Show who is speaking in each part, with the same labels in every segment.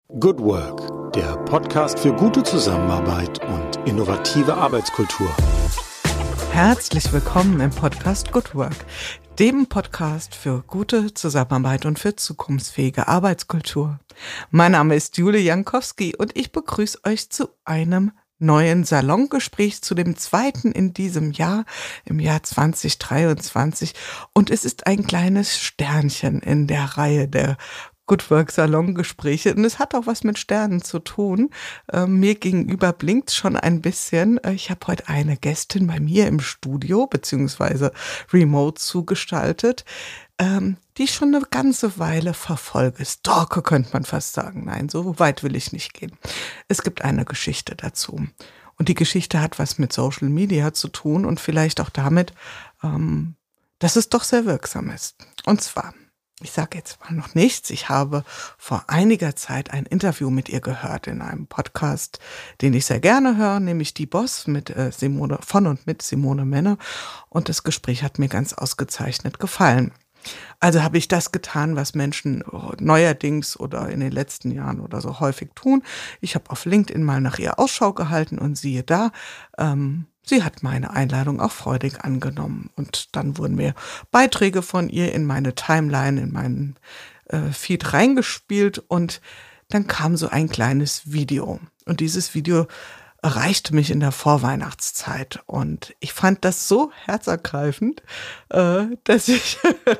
Speaker 1: Good Work, der Podcast für gute Zusammenarbeit und innovative Arbeitskultur.
Speaker 2: Herzlich willkommen im Podcast Good Work, dem Podcast für gute Zusammenarbeit und für zukunftsfähige Arbeitskultur. Mein Name ist Julie Jankowski und ich begrüße euch zu einem neuen Salongespräch, zu dem zweiten in diesem Jahr, im Jahr 2023. Und es ist ein kleines Sternchen in der Reihe der Good Work Salongespräche. Und es hat auch was mit Sternen zu tun. Mir gegenüber blinkt schon ein bisschen. Ich habe heute eine Gästin bei mir im Studio, beziehungsweise remote zugestaltet, die ich schon eine ganze Weile verfolge. Stalke könnte man fast sagen. Nein, so weit will ich nicht gehen. Es gibt eine Geschichte dazu. Und die Geschichte hat was mit Social Media zu tun und vielleicht auch damit, dass es doch sehr wirksam ist. Und zwar, ich sage jetzt mal noch nichts. Ich habe vor einiger Zeit ein Interview mit ihr gehört in einem Podcast, den ich sehr gerne höre, nämlich Die Boss mit von und mit Simone Menne. Und das Gespräch hat mir ganz ausgezeichnet gefallen. Also habe ich das getan, was Menschen neuerdings oder in den letzten Jahren oder so häufig tun. Ich habe auf LinkedIn mal nach ihr Ausschau gehalten und siehe da, sie hat meine Einladung auch freudig angenommen. Und dann wurden mir Beiträge von ihr in meine Timeline, in meinen Feed reingespielt und dann kam so ein kleines Video. Und dieses Video erreichte mich in der Vorweihnachtszeit und ich fand das so herzergreifend, dass ich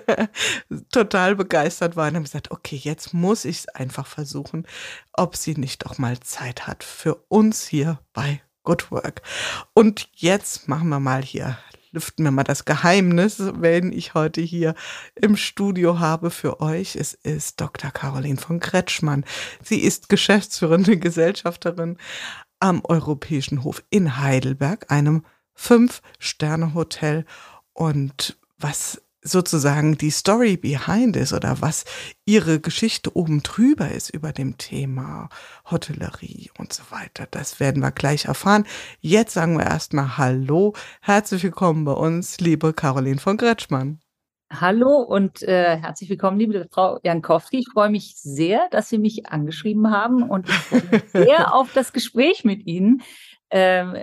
Speaker 2: total begeistert war und habe gesagt, okay, jetzt muss ich es einfach versuchen, ob sie nicht doch mal Zeit hat für uns hier bei Good Work. Und jetzt machen wir mal hier, lüften wir mal das Geheimnis, wenn ich heute hier im Studio habe für euch. Es ist Dr. Caroline von Kretschmann. Sie ist geschäftsführende Gesellschafterin am Europäischen Hof in Heidelberg, einem 5-Sterne-Hotel. Und was sozusagen die Story behind ist oder was ihre Geschichte oben drüber ist über dem Thema Hotellerie und so weiter, das werden wir gleich erfahren. Jetzt sagen wir erstmal Hallo, herzlich willkommen bei uns, liebe Caroline von Kretschmann.
Speaker 3: Hallo und herzlich willkommen, liebe Frau Jankowski. Ich freue mich sehr, dass Sie mich angeschrieben haben und ich freue mich sehr auf das Gespräch mit Ihnen ja,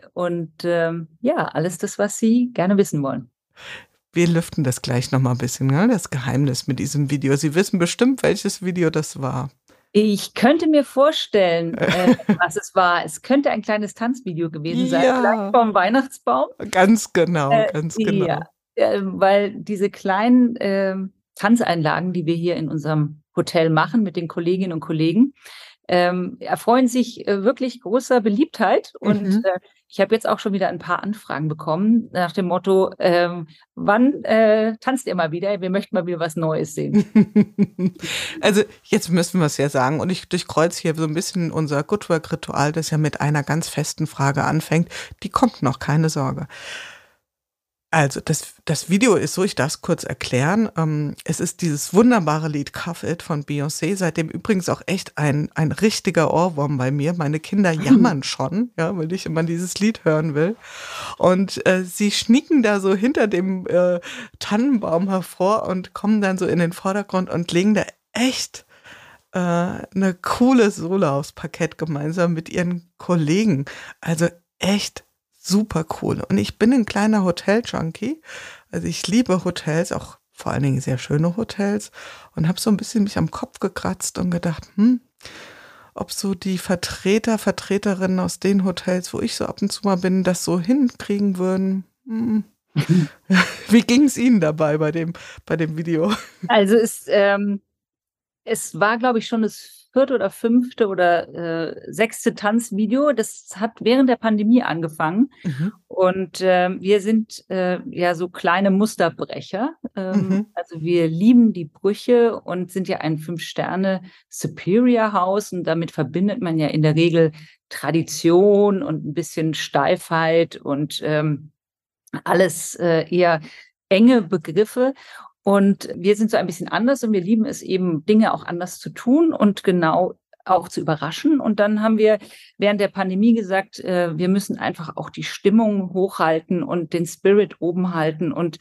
Speaker 3: alles das, was Sie gerne wissen wollen.
Speaker 2: Wir lüften das gleich nochmal ein bisschen, ne? Das Geheimnis mit diesem Video. Sie wissen bestimmt, welches Video das war.
Speaker 3: Ich könnte mir vorstellen, was es war. Es könnte ein kleines Tanzvideo gewesen sein, vielleicht vom Weihnachtsbaum.
Speaker 2: Ganz genau, ganz genau.
Speaker 3: Ja. Weil diese kleinen Tanzeinlagen, die wir hier in unserem Hotel machen mit den Kolleginnen und Kollegen, erfreuen sich wirklich großer Beliebtheit. Und ich habe jetzt auch schon wieder ein paar Anfragen bekommen nach dem Motto, wann tanzt ihr mal wieder? Wir möchten mal wieder was Neues sehen.
Speaker 2: Also jetzt müssen wir es ja sagen und ich durchkreuze hier so ein bisschen unser Good Work-Ritual, das ja mit einer ganz festen Frage anfängt. Die kommt noch, keine Sorge. Also das Video ist so, ich darf es kurz erklären. Es ist dieses wunderbare Lied Cuff It von Beyoncé, seitdem übrigens auch echt ein richtiger Ohrwurm bei mir. Meine Kinder jammern schon, ja, weil ich immer dieses Lied hören will. Und sie schnieken da so hinter dem Tannenbaum hervor und kommen dann so in den Vordergrund und legen da echt eine coole Solo aufs Parkett gemeinsam mit ihren Kollegen. Also echt super cool. Und ich bin ein kleiner Hotel-Junkie. Also ich liebe Hotels, auch vor allen Dingen sehr schöne Hotels. Und habe so ein bisschen mich am Kopf gekratzt und gedacht, ob so die Vertreterinnen aus den Hotels, wo ich so ab und zu mal bin, das so hinkriegen würden. Wie ging es Ihnen dabei bei dem Video?
Speaker 3: Also es war, glaube ich, schon das 4. oder 5. oder 6. Tanzvideo. Das hat während der Pandemie angefangen. Und wir sind ja so kleine Musterbrecher. Also wir lieben die Brüche und sind ja ein 5-Sterne Superior House. Und damit verbindet man ja in der Regel Tradition und ein bisschen Steifheit und alles eher enge Begriffe. Und wir sind so ein bisschen anders und wir lieben es eben, Dinge auch anders zu tun und genau auch zu überraschen. Und dann haben wir während der Pandemie gesagt, wir müssen einfach auch die Stimmung hochhalten und den Spirit oben halten. Und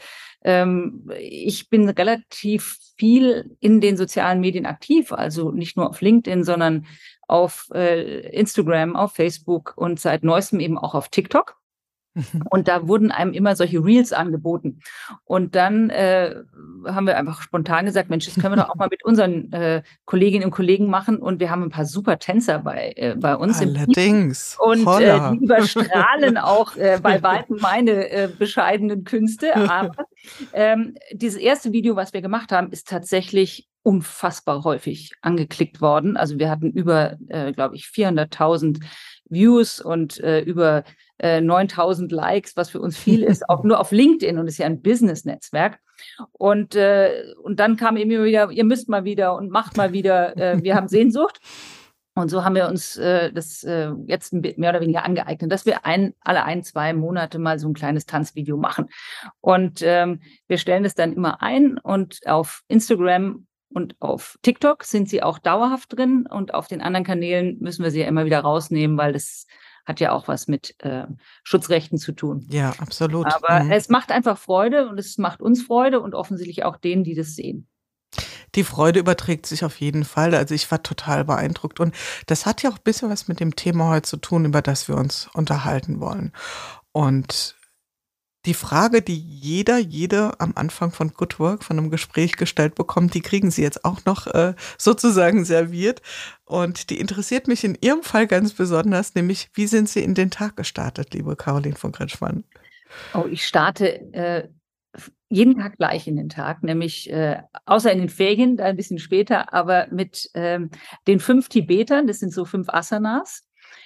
Speaker 3: ich bin relativ viel in den sozialen Medien aktiv, also nicht nur auf LinkedIn, sondern auf Instagram, auf Facebook und seit neuestem eben auch auf TikTok. Und da wurden einem immer solche Reels angeboten. Und dann haben wir einfach spontan gesagt, Mensch, das können wir doch auch mal mit unseren Kolleginnen und Kollegen machen. Und wir haben ein paar super Tänzer bei uns
Speaker 2: Allerdings.
Speaker 3: im Team. Und die überstrahlen auch bei weitem meine bescheidenen Künste. Aber dieses erste Video, was wir gemacht haben, ist tatsächlich unfassbar häufig angeklickt worden. Also wir hatten über, glaube ich, 400.000 Views und über 9.000 Likes, was für uns viel ist, auch nur auf LinkedIn, und ist ja ein Business-Netzwerk. Und dann kam eben immer wieder, ihr müsst mal wieder und macht mal wieder, wir haben Sehnsucht. Und so haben wir uns das jetzt mehr oder weniger angeeignet, dass wir alle 2 Monate mal so ein kleines Tanzvideo machen. Und wir stellen das dann immer ein, und auf Instagram und auf TikTok sind sie auch dauerhaft drin, und auf den anderen Kanälen müssen wir sie ja immer wieder rausnehmen, weil das hat ja auch was mit Schutzrechten zu tun.
Speaker 2: Ja, absolut.
Speaker 3: Aber es macht einfach Freude, und es macht uns Freude und offensichtlich auch denen, die das sehen.
Speaker 2: Die Freude überträgt sich auf jeden Fall. Also ich war total beeindruckt. Und das hat ja auch ein bisschen was mit dem Thema heute zu tun, über das wir uns unterhalten wollen. Und die Frage, die jede am Anfang von Good Work, von einem Gespräch gestellt bekommt, die kriegen Sie jetzt auch noch sozusagen serviert. Und die interessiert mich in Ihrem Fall ganz besonders, nämlich, wie sind Sie in den Tag gestartet, liebe Caroline von Kretschmann?
Speaker 3: Oh, ich starte jeden Tag gleich in den Tag, nämlich außer in den Ferien, da ein bisschen später, aber mit den 5 Tibetern, das sind so 5 Asanas,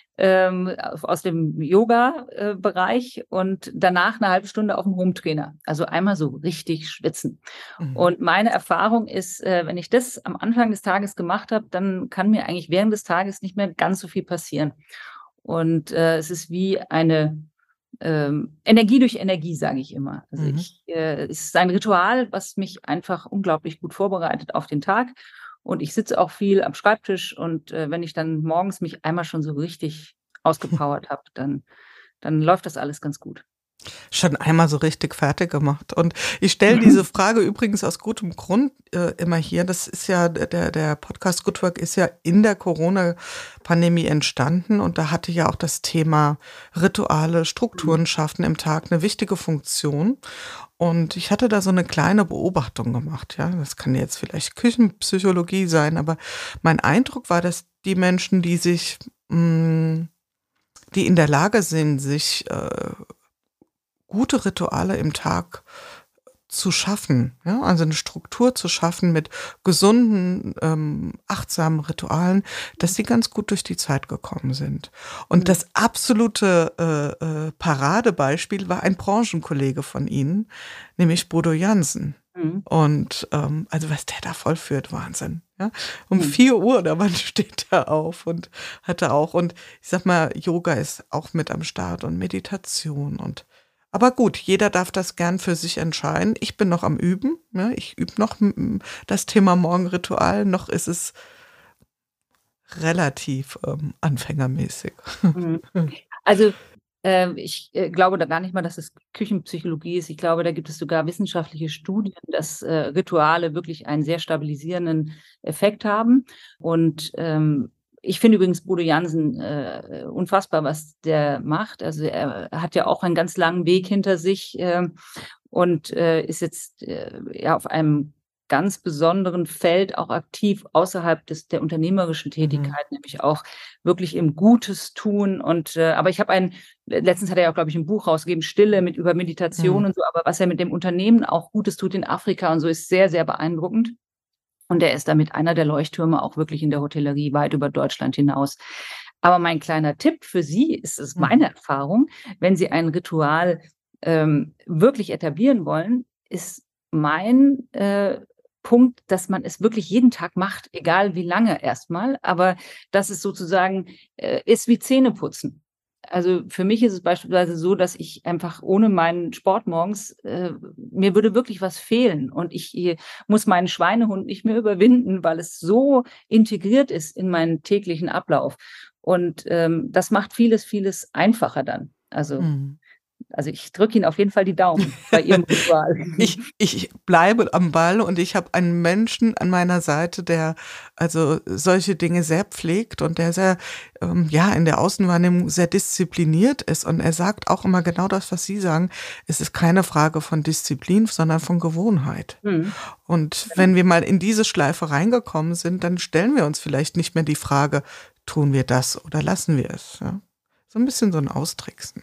Speaker 3: aus dem Yoga-Bereich, und danach eine halbe Stunde auf dem Home-Trainer. Also einmal so richtig schwitzen. Und meine Erfahrung ist, wenn ich das am Anfang des Tages gemacht habe, dann kann mir eigentlich während des Tages nicht mehr ganz so viel passieren. Und es ist wie eine Energie durch Energie, sage ich immer. Also es ist ein Ritual, was mich einfach unglaublich gut vorbereitet auf den Tag. Und ich sitze auch viel am Schreibtisch, und wenn ich dann morgens mich einmal schon so richtig ausgepowert habe, dann läuft das alles ganz gut.
Speaker 2: Schon einmal so richtig fertig gemacht. Und ich stelle diese Frage übrigens aus gutem Grund immer hier. Das ist ja, der Podcast Good Work ist ja in der Corona-Pandemie entstanden, und da hatte ja auch das Thema Rituale, Strukturen schaffen im Tag eine wichtige Funktion. Und ich hatte da so eine kleine Beobachtung gemacht. Ja, das kann jetzt vielleicht Küchenpsychologie sein, aber mein Eindruck war, dass die Menschen, die in der Lage sind, sich gute Rituale im Tag zu schaffen, ja, also eine Struktur zu schaffen mit gesunden, achtsamen Ritualen, dass sie ganz gut durch die Zeit gekommen sind. Und das absolute Paradebeispiel war ein Branchenkollege von Ihnen, nämlich Bodo Jansen. Und also was der da vollführt, Wahnsinn. Ja? Um 4 Uhr oder wann steht er auf und hatte auch, und ich sag mal, Yoga ist auch mit am Start und Meditation aber gut, jeder darf das gern für sich entscheiden. Ich bin noch am Üben. Ja, ich übe noch das Thema Morgenritual. Noch ist es relativ anfängermäßig.
Speaker 3: Also ich glaube da gar nicht mal, dass es Küchenpsychologie ist. Ich glaube, da gibt es sogar wissenschaftliche Studien, dass Rituale wirklich einen sehr stabilisierenden Effekt haben. Und ich finde übrigens Bodo Jansen unfassbar, was der macht. Also er hat ja auch einen ganz langen Weg hinter sich und ist jetzt ja auf einem ganz besonderen Feld auch aktiv außerhalb der unternehmerischen Tätigkeit, nämlich auch wirklich im Gutes tun. Und aber ich habe letztens hat er ja auch, glaube ich, ein Buch rausgegeben, Stille über Meditation und so, aber was er mit dem Unternehmen auch Gutes tut in Afrika und so, ist sehr, sehr beeindruckend. Und er ist damit einer der Leuchttürme auch wirklich in der Hotellerie weit über Deutschland hinaus. Aber mein kleiner Tipp für Sie ist meine Erfahrung, wenn Sie ein Ritual wirklich etablieren wollen, ist mein Punkt, dass man es wirklich jeden Tag macht, egal wie lange erstmal, aber dass es sozusagen ist wie Zähneputzen. Also für mich ist es beispielsweise so, dass ich einfach ohne meinen Sport morgens, mir würde wirklich was fehlen, und ich muss meinen Schweinehund nicht mehr überwinden, weil es so integriert ist in meinen täglichen Ablauf. Und das macht vieles, vieles einfacher dann. Also Also ich drücke Ihnen auf jeden Fall die Daumen bei Ihrem Ritual.
Speaker 2: Ich bleibe am Ball und ich habe einen Menschen an meiner Seite, der also solche Dinge sehr pflegt und der sehr, in der Außenwahrnehmung sehr diszipliniert ist. Und er sagt auch immer genau das, was Sie sagen. Es ist keine Frage von Disziplin, sondern von Gewohnheit. Und wenn wir mal in diese Schleife reingekommen sind, dann stellen wir uns vielleicht nicht mehr die Frage, tun wir das oder lassen wir es? Ja? So ein bisschen so ein Austricksen.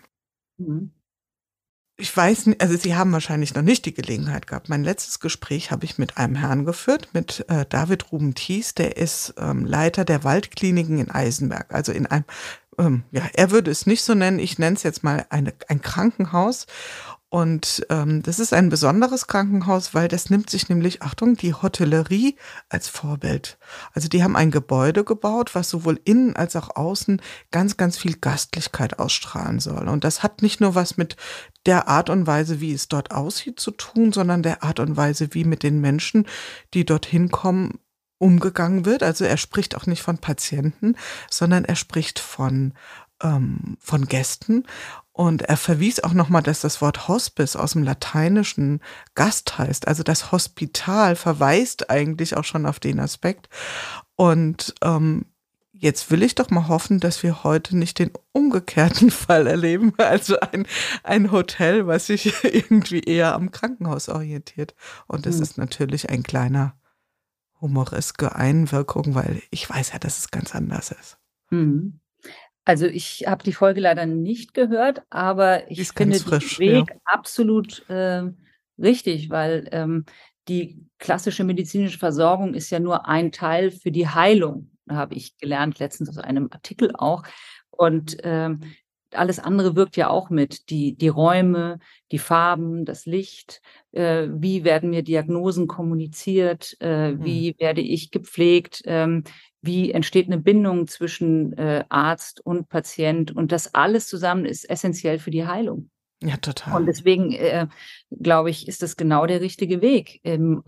Speaker 2: Ich weiß nicht, also Sie haben wahrscheinlich noch nicht die Gelegenheit gehabt. Mein letztes Gespräch habe ich mit einem Herrn geführt, mit David Ruben Thies, der ist Leiter der Waldkliniken in Eisenberg. Also in einem, er würde es nicht so nennen, ich nenne es jetzt mal ein Krankenhaus. Und das ist ein besonderes Krankenhaus, weil das nimmt sich nämlich, Achtung, die Hotellerie als Vorbild. Also die haben ein Gebäude gebaut, was sowohl innen als auch außen ganz, ganz viel Gastlichkeit ausstrahlen soll. Und das hat nicht nur was mit der Art und Weise, wie es dort aussieht, zu tun, sondern der Art und Weise, wie mit den Menschen, die dorthin kommen, umgegangen wird. Also er spricht auch nicht von Patienten, sondern er spricht von Gästen. Und er verwies auch nochmal, dass das Wort Hospice aus dem Lateinischen Gast heißt. Also das Hospital verweist eigentlich auch schon auf den Aspekt. Und jetzt will ich doch mal hoffen, dass wir heute nicht den umgekehrten Fall erleben. Also ein Hotel, was sich irgendwie eher am Krankenhaus orientiert. Und das ist natürlich ein kleiner humoreske Einwirkung, weil ich weiß ja, dass es ganz anders ist.
Speaker 3: Also ich habe die Folge leider nicht gehört, aber ich finde den Weg absolut richtig, weil die klassische medizinische Versorgung ist ja nur ein Teil für die Heilung. Da habe ich gelernt, letztens aus einem Artikel auch. Und alles andere wirkt ja auch mit. Die Räume, die Farben, das Licht, wie werden mir Diagnosen kommuniziert, wie werde ich gepflegt, wie entsteht eine Bindung zwischen Arzt und Patient. Und das alles zusammen ist essentiell für die Heilung.
Speaker 2: Ja, total.
Speaker 3: Und deswegen, glaube ich, ist das genau der richtige Weg,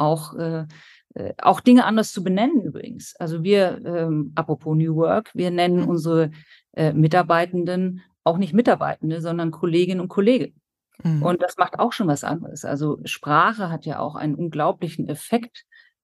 Speaker 3: auch Dinge anders zu benennen übrigens. Also wir, apropos New Work, wir nennen unsere Mitarbeitenden auch nicht Mitarbeitende, sondern Kolleginnen und Kollegen. Und das macht auch schon was anderes. Also Sprache hat ja auch einen unglaublichen Effekt.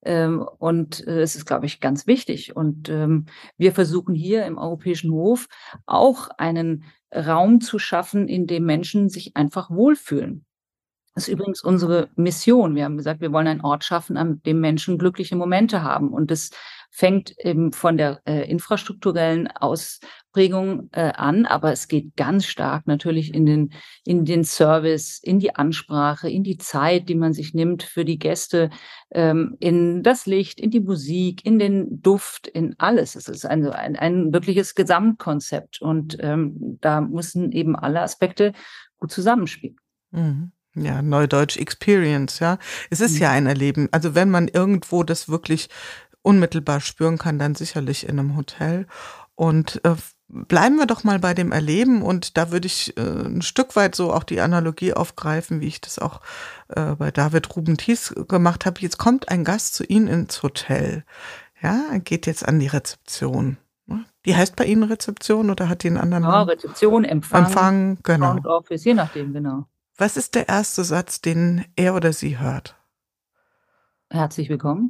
Speaker 3: Es ist, glaube ich, ganz wichtig. Und wir versuchen hier im Europäischen Hof auch einen Raum zu schaffen, in dem Menschen sich einfach wohlfühlen. Das ist übrigens unsere Mission. Wir haben gesagt, wir wollen einen Ort schaffen, an dem Menschen glückliche Momente haben. Und das fängt eben von der infrastrukturellen Ausprägung an, aber es geht ganz stark natürlich in den Service, in die Ansprache, in die Zeit, die man sich nimmt für die Gäste, in das Licht, in die Musik, in den Duft, in alles. Es ist ein wirkliches Gesamtkonzept und da müssen eben alle Aspekte gut zusammenspielen.
Speaker 2: Ja, Neudeutsch Experience, ja. Es ist ja ein Erleben. Also wenn man irgendwo das wirklich unmittelbar spüren kann, dann sicherlich in einem Hotel. Und bleiben wir doch mal bei dem Erleben. Und da würde ich ein Stück weit so auch die Analogie aufgreifen, wie ich das auch bei David Ruben Thies gemacht habe. Jetzt kommt ein Gast zu Ihnen ins Hotel. Ja, er geht jetzt an die Rezeption. Die heißt bei Ihnen Rezeption oder hat die einen anderen Namen?
Speaker 3: Rezeption,
Speaker 2: Empfang, genau.
Speaker 3: Front Office, je nachdem, genau.
Speaker 2: Was ist der erste Satz, den er oder sie hört?
Speaker 3: Herzlich willkommen.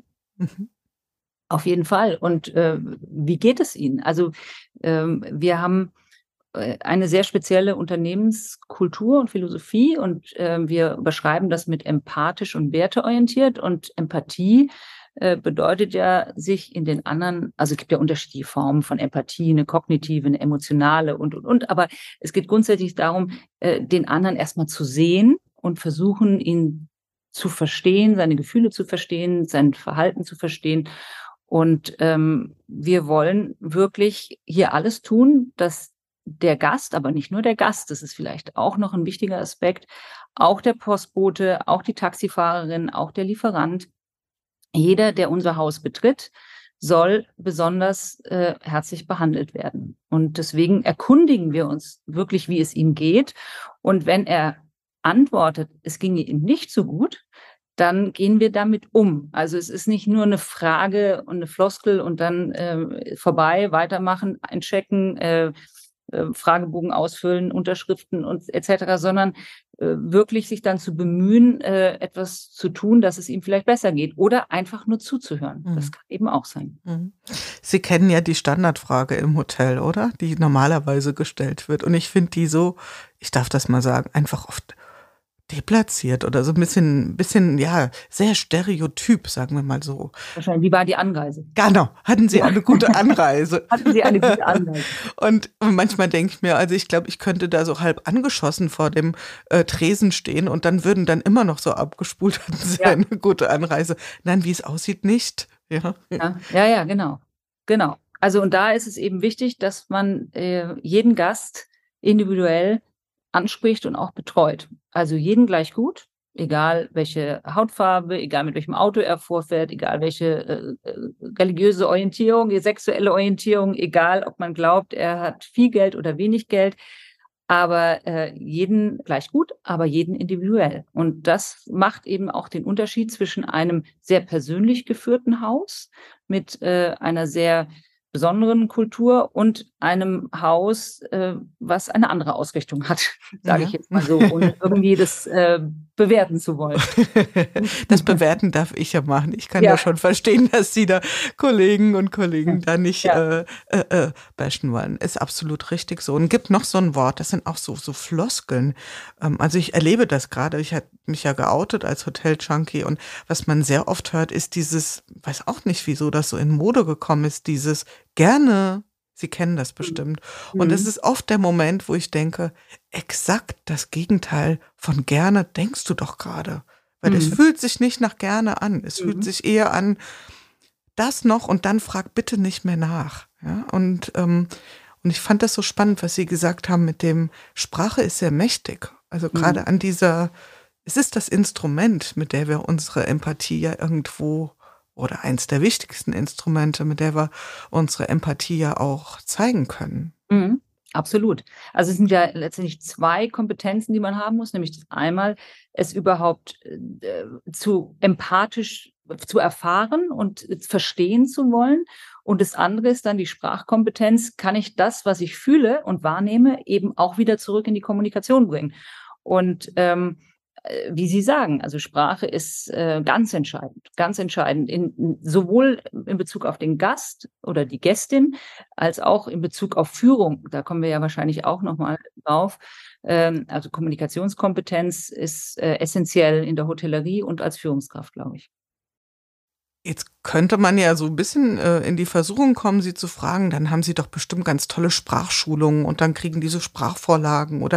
Speaker 3: Auf jeden Fall. Und wie geht es Ihnen? Also wir haben eine sehr spezielle Unternehmenskultur und Philosophie und wir überschreiben das mit empathisch und werteorientiert. Und Empathie bedeutet ja, sich in den anderen, also es gibt ja unterschiedliche Formen von Empathie, eine kognitive, eine emotionale und. Aber es geht grundsätzlich darum, den anderen erstmal zu sehen und versuchen, ihn zu verstehen, seine Gefühle zu verstehen, sein Verhalten zu verstehen. Und wir wollen wirklich hier alles tun, dass der Gast, aber nicht nur der Gast, das ist vielleicht auch noch ein wichtiger Aspekt, auch der Postbote, auch die Taxifahrerin, auch der Lieferant, jeder, der unser Haus betritt, soll besonders herzlich behandelt werden. Und deswegen erkundigen wir uns wirklich, wie es ihm geht. Und wenn er antwortet, es ginge ihm nicht so gut, dann gehen wir damit um. Also es ist nicht nur eine Frage und eine Floskel und dann vorbei, weitermachen, einchecken, Fragebogen ausfüllen, Unterschriften und etc., sondern wirklich sich dann zu bemühen, etwas zu tun, dass es ihm vielleicht besser geht oder einfach nur zuzuhören. Das kann eben auch sein.
Speaker 2: Sie kennen ja die Standardfrage im Hotel, oder? Die normalerweise gestellt wird. Und ich finde die so, ich darf das mal sagen, einfach oft deplatziert oder so ein bisschen, ja, sehr stereotyp, sagen wir mal so.
Speaker 3: Wahrscheinlich, wie war die Anreise?
Speaker 2: Genau, hatten Sie eine gute Anreise?
Speaker 3: Hatten Sie eine gute Anreise?
Speaker 2: Und manchmal denke ich mir, also ich glaube, ich könnte da so halb angeschossen vor dem Tresen stehen und dann würden dann immer noch so abgespult, hatten Sie eine gute Anreise. Nein, wie es aussieht, nicht.
Speaker 3: Ja, genau. Genau. Also und da ist es eben wichtig, dass man jeden Gast individuell anspricht und auch betreut. Also jeden gleich gut, egal welche Hautfarbe, egal mit welchem Auto er vorfährt, egal welche religiöse Orientierung, sexuelle Orientierung, egal ob man glaubt, er hat viel Geld oder wenig Geld, aber jeden gleich gut, aber jeden individuell. Und das macht eben auch den Unterschied zwischen einem sehr persönlich geführten Haus mit einer sehr besonderen Kultur und einem Haus, was eine andere Ausrichtung hat, sage ich jetzt mal so, ohne irgendwie das bewerten zu wollen.
Speaker 2: Das Bewerten darf ich ja machen. Ich kann ja schon verstehen, dass Sie da Kollegen und Kollegen da nicht bashen wollen. Ist absolut richtig so. Und gibt noch so ein Wort, das sind auch so Floskeln. Also ich erlebe das gerade. Ich habe mich ja geoutet als Hotel-Junkie und was man sehr oft hört, ist dieses, weiß auch nicht, wieso das so in Mode gekommen ist, dieses gerne. Sie kennen das bestimmt. Und es ist oft der Moment, wo ich denke, exakt das Gegenteil von gerne denkst du doch gerade. Weil es fühlt sich nicht nach gerne an. Es fühlt sich eher an, das noch und dann frag bitte nicht mehr nach. Ja? Und ich fand das so spannend, was Sie gesagt haben mit dem, Sprache ist sehr mächtig. Also gerade an dieser, es ist das Instrument, mit der wir unsere Empathie ja irgendwo oder eins der wichtigsten Instrumente, mit der wir unsere Empathie ja auch zeigen können.
Speaker 3: Absolut. Also es sind ja letztendlich 2 Kompetenzen, die man haben muss, nämlich einmal es überhaupt empathisch zu erfahren und verstehen zu wollen. Und das andere ist dann die Sprachkompetenz. Kann ich das, was ich fühle und wahrnehme, eben auch wieder zurück in die Kommunikation bringen? Und wie Sie sagen, also Sprache ist ganz entscheidend, sowohl in Bezug auf den Gast oder die Gästin, als auch in Bezug auf Führung. Da kommen wir ja wahrscheinlich auch nochmal drauf. Also Kommunikationskompetenz ist essentiell in der Hotellerie und als Führungskraft, glaube ich.
Speaker 2: Jetzt könnte man ja so ein bisschen in die Versuchung kommen, Sie zu fragen, dann haben Sie doch bestimmt ganz tolle Sprachschulungen und dann kriegen diese Sprachvorlagen oder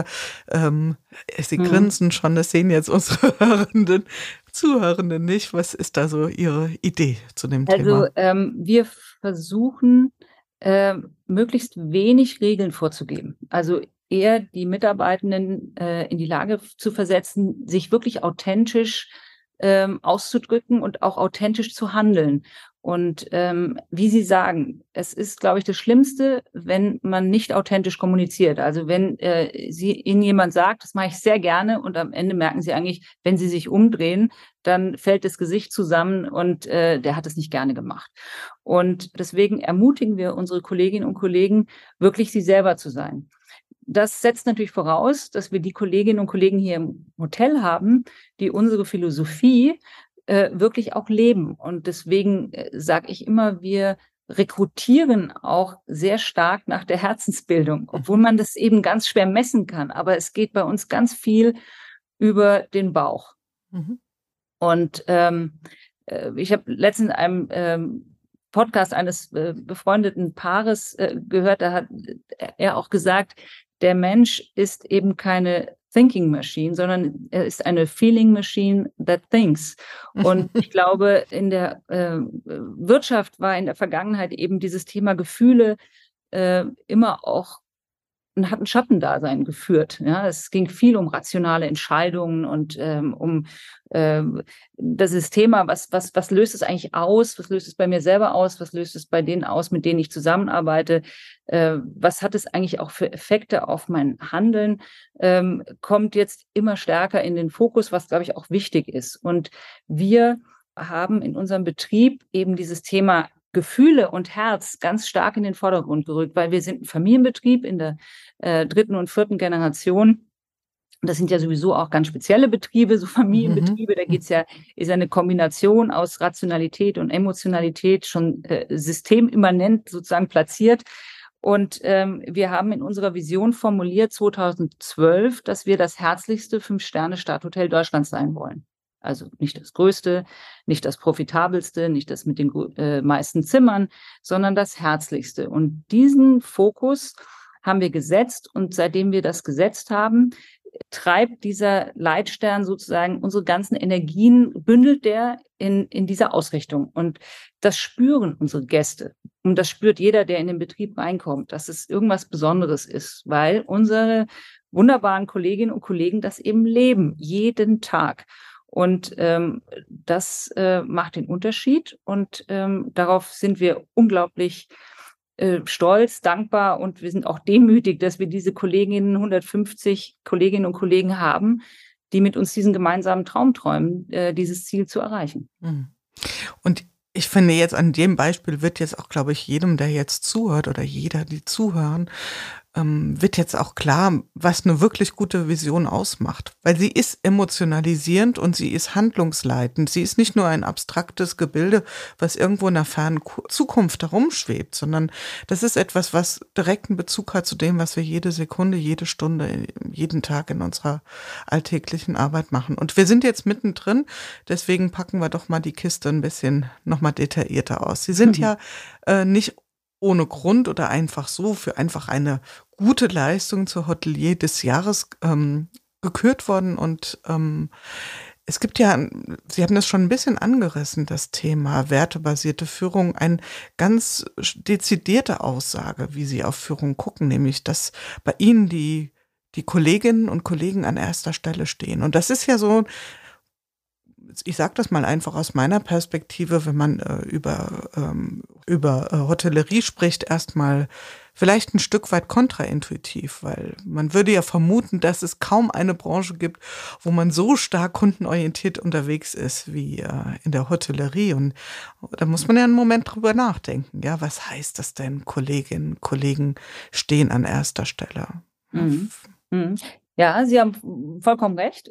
Speaker 2: Sie grinsen schon, das sehen jetzt unsere Zuhörenden nicht. Was ist da so Ihre Idee zu dem Thema?
Speaker 3: Also wir versuchen, möglichst wenig Regeln vorzugeben. Also eher die Mitarbeitenden in die Lage zu versetzen, sich wirklich authentisch auszudrücken und auch authentisch zu handeln. Und wie Sie sagen, es ist, glaube ich, das Schlimmste, wenn man nicht authentisch kommuniziert. Also wenn Ihnen jemand sagt, das mache ich sehr gerne und am Ende merken Sie eigentlich, wenn Sie sich umdrehen, dann fällt das Gesicht zusammen und der hat es nicht gerne gemacht. Und deswegen ermutigen wir unsere Kolleginnen und Kollegen, wirklich sie selber zu sein. Das setzt natürlich voraus, dass wir die Kolleginnen und Kollegen hier im Hotel haben, die unsere Philosophie wirklich auch leben. Und deswegen sage ich immer, wir rekrutieren auch sehr stark nach der Herzensbildung, obwohl man das eben ganz schwer messen kann. Aber es geht bei uns ganz viel über den Bauch. Und ich habe letztens in einem Podcast eines befreundeten Paares gehört, da hat er auch gesagt, der Mensch ist eben keine Thinking Machine, sondern er ist eine Feeling Machine that thinks. Und ich glaube, in der Wirtschaft war in der Vergangenheit eben dieses Thema Gefühle immer auch hat ein Schattendasein geführt. Ja, es ging viel um rationale Entscheidungen und das ist Thema, was löst es eigentlich aus? Was löst es bei mir selber aus? Was löst es bei denen aus, mit denen ich zusammenarbeite? Was hat es eigentlich auch für Effekte auf mein Handeln? Kommt jetzt immer stärker in den Fokus, was, glaube ich, auch wichtig ist. Und wir haben in unserem Betrieb eben dieses Thema Gefühle und Herz ganz stark in den Vordergrund gerückt, weil wir sind ein Familienbetrieb in der 3. und 4. Generation. Das sind ja sowieso auch ganz spezielle Betriebe, so Familienbetriebe. Da ist ja eine Kombination aus Rationalität und Emotionalität schon systemimmanent sozusagen platziert. Und wir haben in unserer Vision formuliert 2012, dass wir das herzlichste 5-Sterne-Starthotel Deutschlands sein wollen. Also nicht das größte, nicht das profitabelste, nicht das mit den meisten Zimmern, sondern das herzlichste. Und diesen Fokus haben wir gesetzt. Und seitdem wir das gesetzt haben, treibt dieser Leitstern sozusagen unsere ganzen Energien, bündelt der in dieser Ausrichtung. Und das spüren unsere Gäste. Und das spürt jeder, der in den Betrieb reinkommt, dass es irgendwas Besonderes ist, weil unsere wunderbaren Kolleginnen und Kollegen das eben leben, jeden Tag. Und das macht den Unterschied. Und darauf sind wir unglaublich stolz, dankbar, und wir sind auch demütig, dass wir diese 150 Kolleginnen und Kollegen haben, die mit uns diesen gemeinsamen Traum träumen, dieses Ziel zu erreichen.
Speaker 2: Und ich finde, jetzt an dem Beispiel wird jetzt auch, glaube ich, jedem, der jetzt zuhört oder jeder, die zuhören, wird jetzt auch klar, was eine wirklich gute Vision ausmacht. Weil sie ist emotionalisierend und sie ist handlungsleitend. Sie ist nicht nur ein abstraktes Gebilde, was irgendwo in der fernen Zukunft herumschwebt, sondern das ist etwas, was direkten Bezug hat zu dem, was wir jede Sekunde, jede Stunde, jeden Tag in unserer alltäglichen Arbeit machen. Und wir sind jetzt mittendrin, deswegen packen wir doch mal die Kiste ein bisschen nochmal detaillierter aus. Sie sind ja nicht ohne Grund oder einfach so für einfach eine gute Leistung zur Hotelier des Jahres gekürt worden. Und es gibt ja, Sie haben das schon ein bisschen angerissen, das Thema wertebasierte Führung, eine ganz dezidierte Aussage, wie Sie auf Führung gucken, nämlich, dass bei Ihnen die Kolleginnen und Kollegen an erster Stelle stehen. Und das ist ja so, ich sage das mal einfach aus meiner Perspektive, wenn man über Hotellerie spricht, erstmal vielleicht ein Stück weit kontraintuitiv, weil man würde ja vermuten, dass es kaum eine Branche gibt, wo man so stark kundenorientiert unterwegs ist wie in der Hotellerie. Und da muss man ja einen Moment drüber nachdenken. Ja, was heißt das denn? Kolleginnen und Kollegen stehen an erster Stelle.
Speaker 3: Ja, Sie haben vollkommen recht.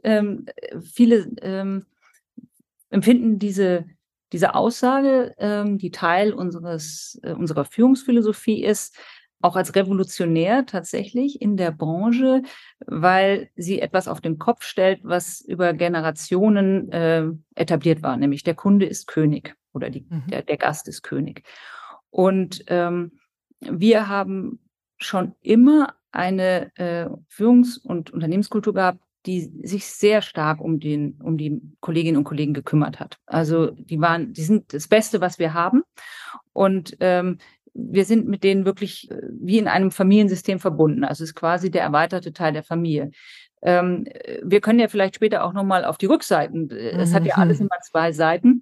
Speaker 3: Viele empfinden diese Aussage, die Teil unserer Führungsphilosophie ist, auch als revolutionär tatsächlich in der Branche, weil sie etwas auf den Kopf stellt, was über Generationen etabliert war, nämlich der Kunde ist König oder der Gast ist König. Und wir haben schon immer eine Führungs- und Unternehmenskultur gehabt, die sich sehr stark um die Kolleginnen und Kollegen gekümmert hat. Also die sind das Beste, was wir haben. Und wir sind mit denen wirklich wie in einem Familiensystem verbunden. Also es ist quasi der erweiterte Teil der Familie. Wir können ja vielleicht später auch nochmal auf die Rückseiten. Es hat ja alles immer 2 Seiten.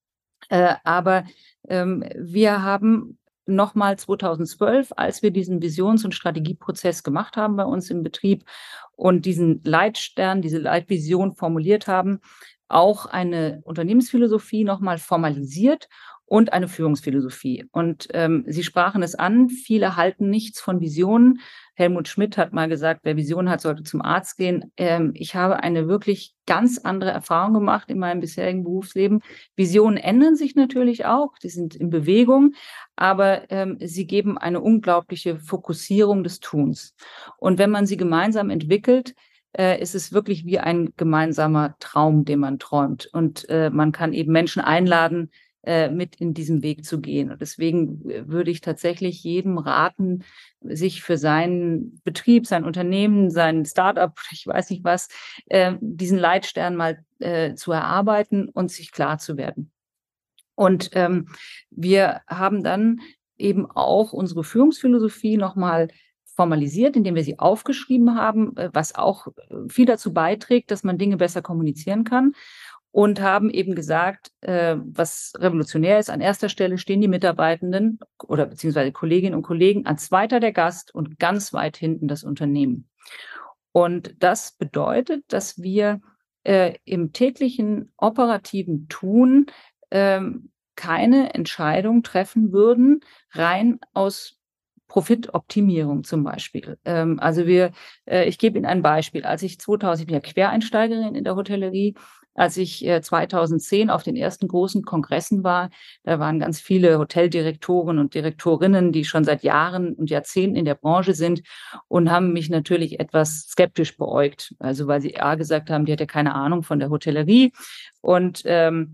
Speaker 3: Aber wir haben nochmal 2012, als wir diesen Visions- und Strategieprozess gemacht haben bei uns im Betrieb und diesen Leitstern, diese Leitvision formuliert haben, auch eine Unternehmensphilosophie nochmal formalisiert und eine Führungsphilosophie. Und Sie sprachen es an, viele halten nichts von Visionen. Helmut Schmidt hat mal gesagt, wer Visionen hat, sollte zum Arzt gehen. Ich habe eine wirklich ganz andere Erfahrung gemacht in meinem bisherigen Berufsleben. Visionen ändern sich natürlich auch, die sind in Bewegung, aber sie geben eine unglaubliche Fokussierung des Tuns. Und wenn man sie gemeinsam entwickelt, ist es wirklich wie ein gemeinsamer Traum, den man träumt. Und man kann eben Menschen einladen, mit in diesem Weg zu gehen. Und deswegen würde ich tatsächlich jedem raten, sich für seinen Betrieb, sein Unternehmen, sein Startup, ich weiß nicht was, diesen Leitstern mal zu erarbeiten und sich klar zu werden. Und wir haben dann eben auch unsere Führungsphilosophie nochmal formalisiert, indem wir sie aufgeschrieben haben, was auch viel dazu beiträgt, dass man Dinge besser kommunizieren kann. Und haben eben gesagt, was revolutionär ist, an erster Stelle stehen die Mitarbeitenden oder beziehungsweise Kolleginnen und Kollegen, an zweiter der Gast und ganz weit hinten das Unternehmen. Und das bedeutet, dass wir im täglichen operativen Tun keine Entscheidung treffen würden, rein aus Profitoptimierung zum Beispiel. Ich gebe Ihnen ein Beispiel. Ich bin ja Quereinsteigerin in der Hotellerie. Als ich 2010 auf den ersten großen Kongressen war, da waren ganz viele Hoteldirektoren und Direktorinnen, die schon seit Jahren und Jahrzehnten in der Branche sind und haben mich natürlich etwas skeptisch beäugt. Also weil sie gesagt haben, die hat ja keine Ahnung von der Hotellerie und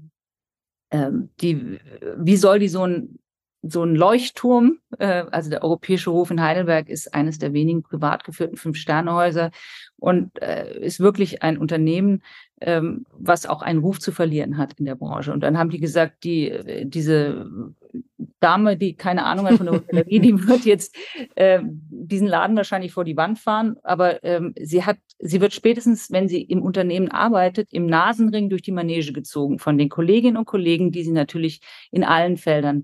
Speaker 3: wie soll die so ein Leuchtturm, also der Europäische Hof in Heidelberg ist eines der wenigen privat geführten 5-Sterne-Häuser und ist wirklich ein Unternehmen, was auch einen Ruf zu verlieren hat in der Branche. Und dann haben die gesagt, diese Dame, die keine Ahnung hat von der Hotellerie, die wird jetzt diesen Laden wahrscheinlich vor die Wand fahren, aber sie wird spätestens, wenn sie im Unternehmen arbeitet, im Nasenring durch die Manege gezogen von den Kolleginnen und Kollegen, die sie natürlich in allen Feldern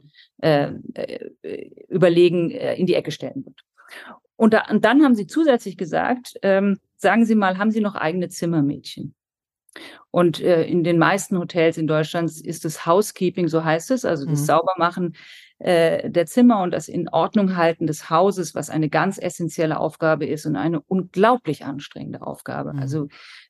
Speaker 3: überlegen in die Ecke stellen wird. Und dann haben sie zusätzlich gesagt, sagen Sie mal, haben Sie noch eigene Zimmermädchen? Und in den meisten Hotels in Deutschland ist das Housekeeping, so heißt es, also das Saubermachen der Zimmer und das Inordnung-Halten des Hauses, was eine ganz essentielle Aufgabe ist und eine unglaublich anstrengende Aufgabe. Also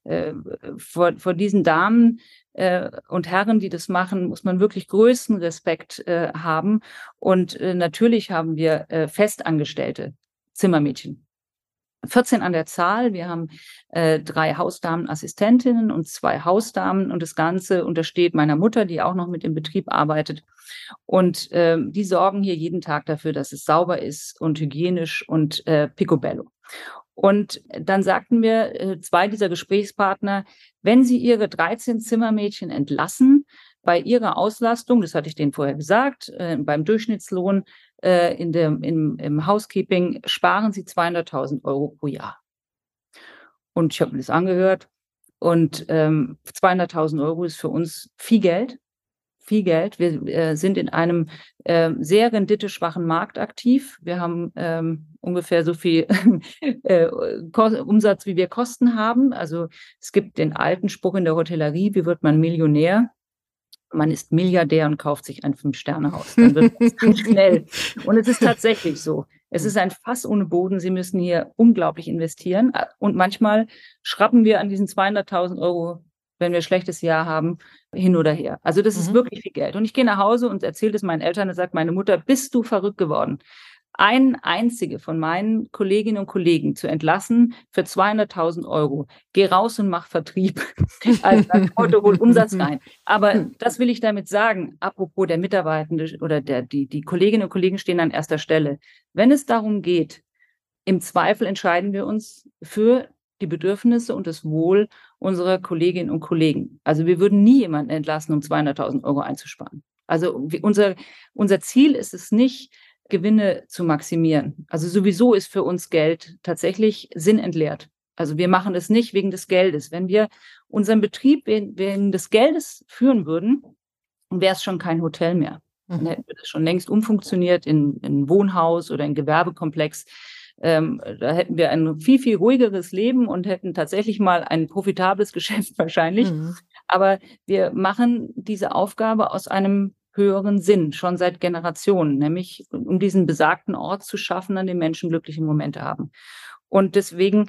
Speaker 3: vor diesen Damen und Herren, die das machen, muss man wirklich größten Respekt haben. Und natürlich haben wir festangestellte Zimmermädchen. 14 an der Zahl. Wir haben 3 Hausdamenassistentinnen und 2 Hausdamen und das Ganze untersteht meiner Mutter, die auch noch mit im Betrieb arbeitet. Und die sorgen hier jeden Tag dafür, dass es sauber ist und hygienisch und picobello. Und dann sagten wir, 2 dieser Gesprächspartner, wenn Sie Ihre 13 Zimmermädchen entlassen, bei ihrer Auslastung, das hatte ich denen vorher gesagt, beim Durchschnittslohn im Housekeeping sparen sie 200.000 € pro Jahr. Und ich habe mir das angehört und 200.000 € ist für uns viel Geld. Viel Geld. Wir sind in einem sehr renditeschwachen Markt aktiv. Wir haben ungefähr so viel Umsatz, wie wir Kosten haben. Also es gibt den alten Spruch in der Hotellerie, wie wird man Millionär? Man ist Milliardär und kauft sich ein 5-Sterne-Haus. Dann wird es ganz schnell. Und es ist tatsächlich so. Es ist ein Fass ohne Boden. Sie müssen hier unglaublich investieren. Und manchmal schrappen wir an diesen 200.000 €, wenn wir ein schlechtes Jahr haben, hin oder her. Also das ist wirklich viel Geld. Und ich gehe nach Hause und erzähle das meinen Eltern und sage, meine Mutter, bist du verrückt geworden? Eine einzige von meinen Kolleginnen und Kollegen zu entlassen für 200.000 €. Geh raus und mach Vertrieb. Also heute hol Umsatz rein. Aber das will ich damit sagen, apropos der Mitarbeitende oder die Kolleginnen und Kollegen stehen an erster Stelle. Wenn es darum geht, im Zweifel entscheiden wir uns für die Bedürfnisse und das Wohl unserer Kolleginnen und Kollegen. Also wir würden nie jemanden entlassen, um 200.000 € einzusparen. Also unser Ziel ist es nicht, Gewinne zu maximieren. Also sowieso ist für uns Geld tatsächlich sinnentleert. Also wir machen es nicht wegen des Geldes. Wenn wir unseren Betrieb wegen des Geldes führen würden, wäre es schon kein Hotel mehr. Dann hätten wir das schon längst umfunktioniert in ein Wohnhaus oder ein Gewerbekomplex. Da hätten wir ein viel, viel ruhigeres Leben und hätten tatsächlich mal ein profitables Geschäft wahrscheinlich. Aber wir machen diese Aufgabe aus einem höheren Sinn, schon seit Generationen, nämlich um diesen besagten Ort zu schaffen, an dem Menschen glückliche Momente haben. Und deswegen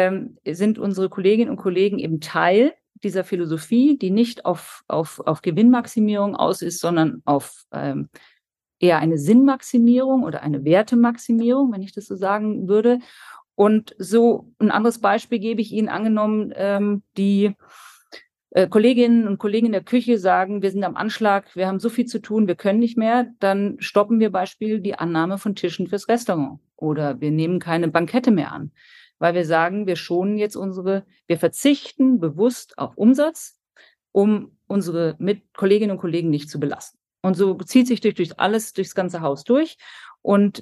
Speaker 3: sind unsere Kolleginnen und Kollegen eben Teil dieser Philosophie, die nicht auf Gewinnmaximierung aus ist, sondern auf eher eine Sinnmaximierung oder eine Wertemaximierung, wenn ich das so sagen würde. Und so ein anderes Beispiel gebe ich Ihnen, angenommen, die Kolleginnen und Kollegen in der Küche sagen, wir sind am Anschlag, wir haben so viel zu tun, wir können nicht mehr, dann stoppen wir beispielsweise die Annahme von Tischen fürs Restaurant oder wir nehmen keine Bankette mehr an, weil wir sagen, wir schonen jetzt wir verzichten bewusst auf Umsatz, um unsere Kolleginnen und Kollegen nicht zu belasten. Und so zieht sich durchs ganze Haus durch. Und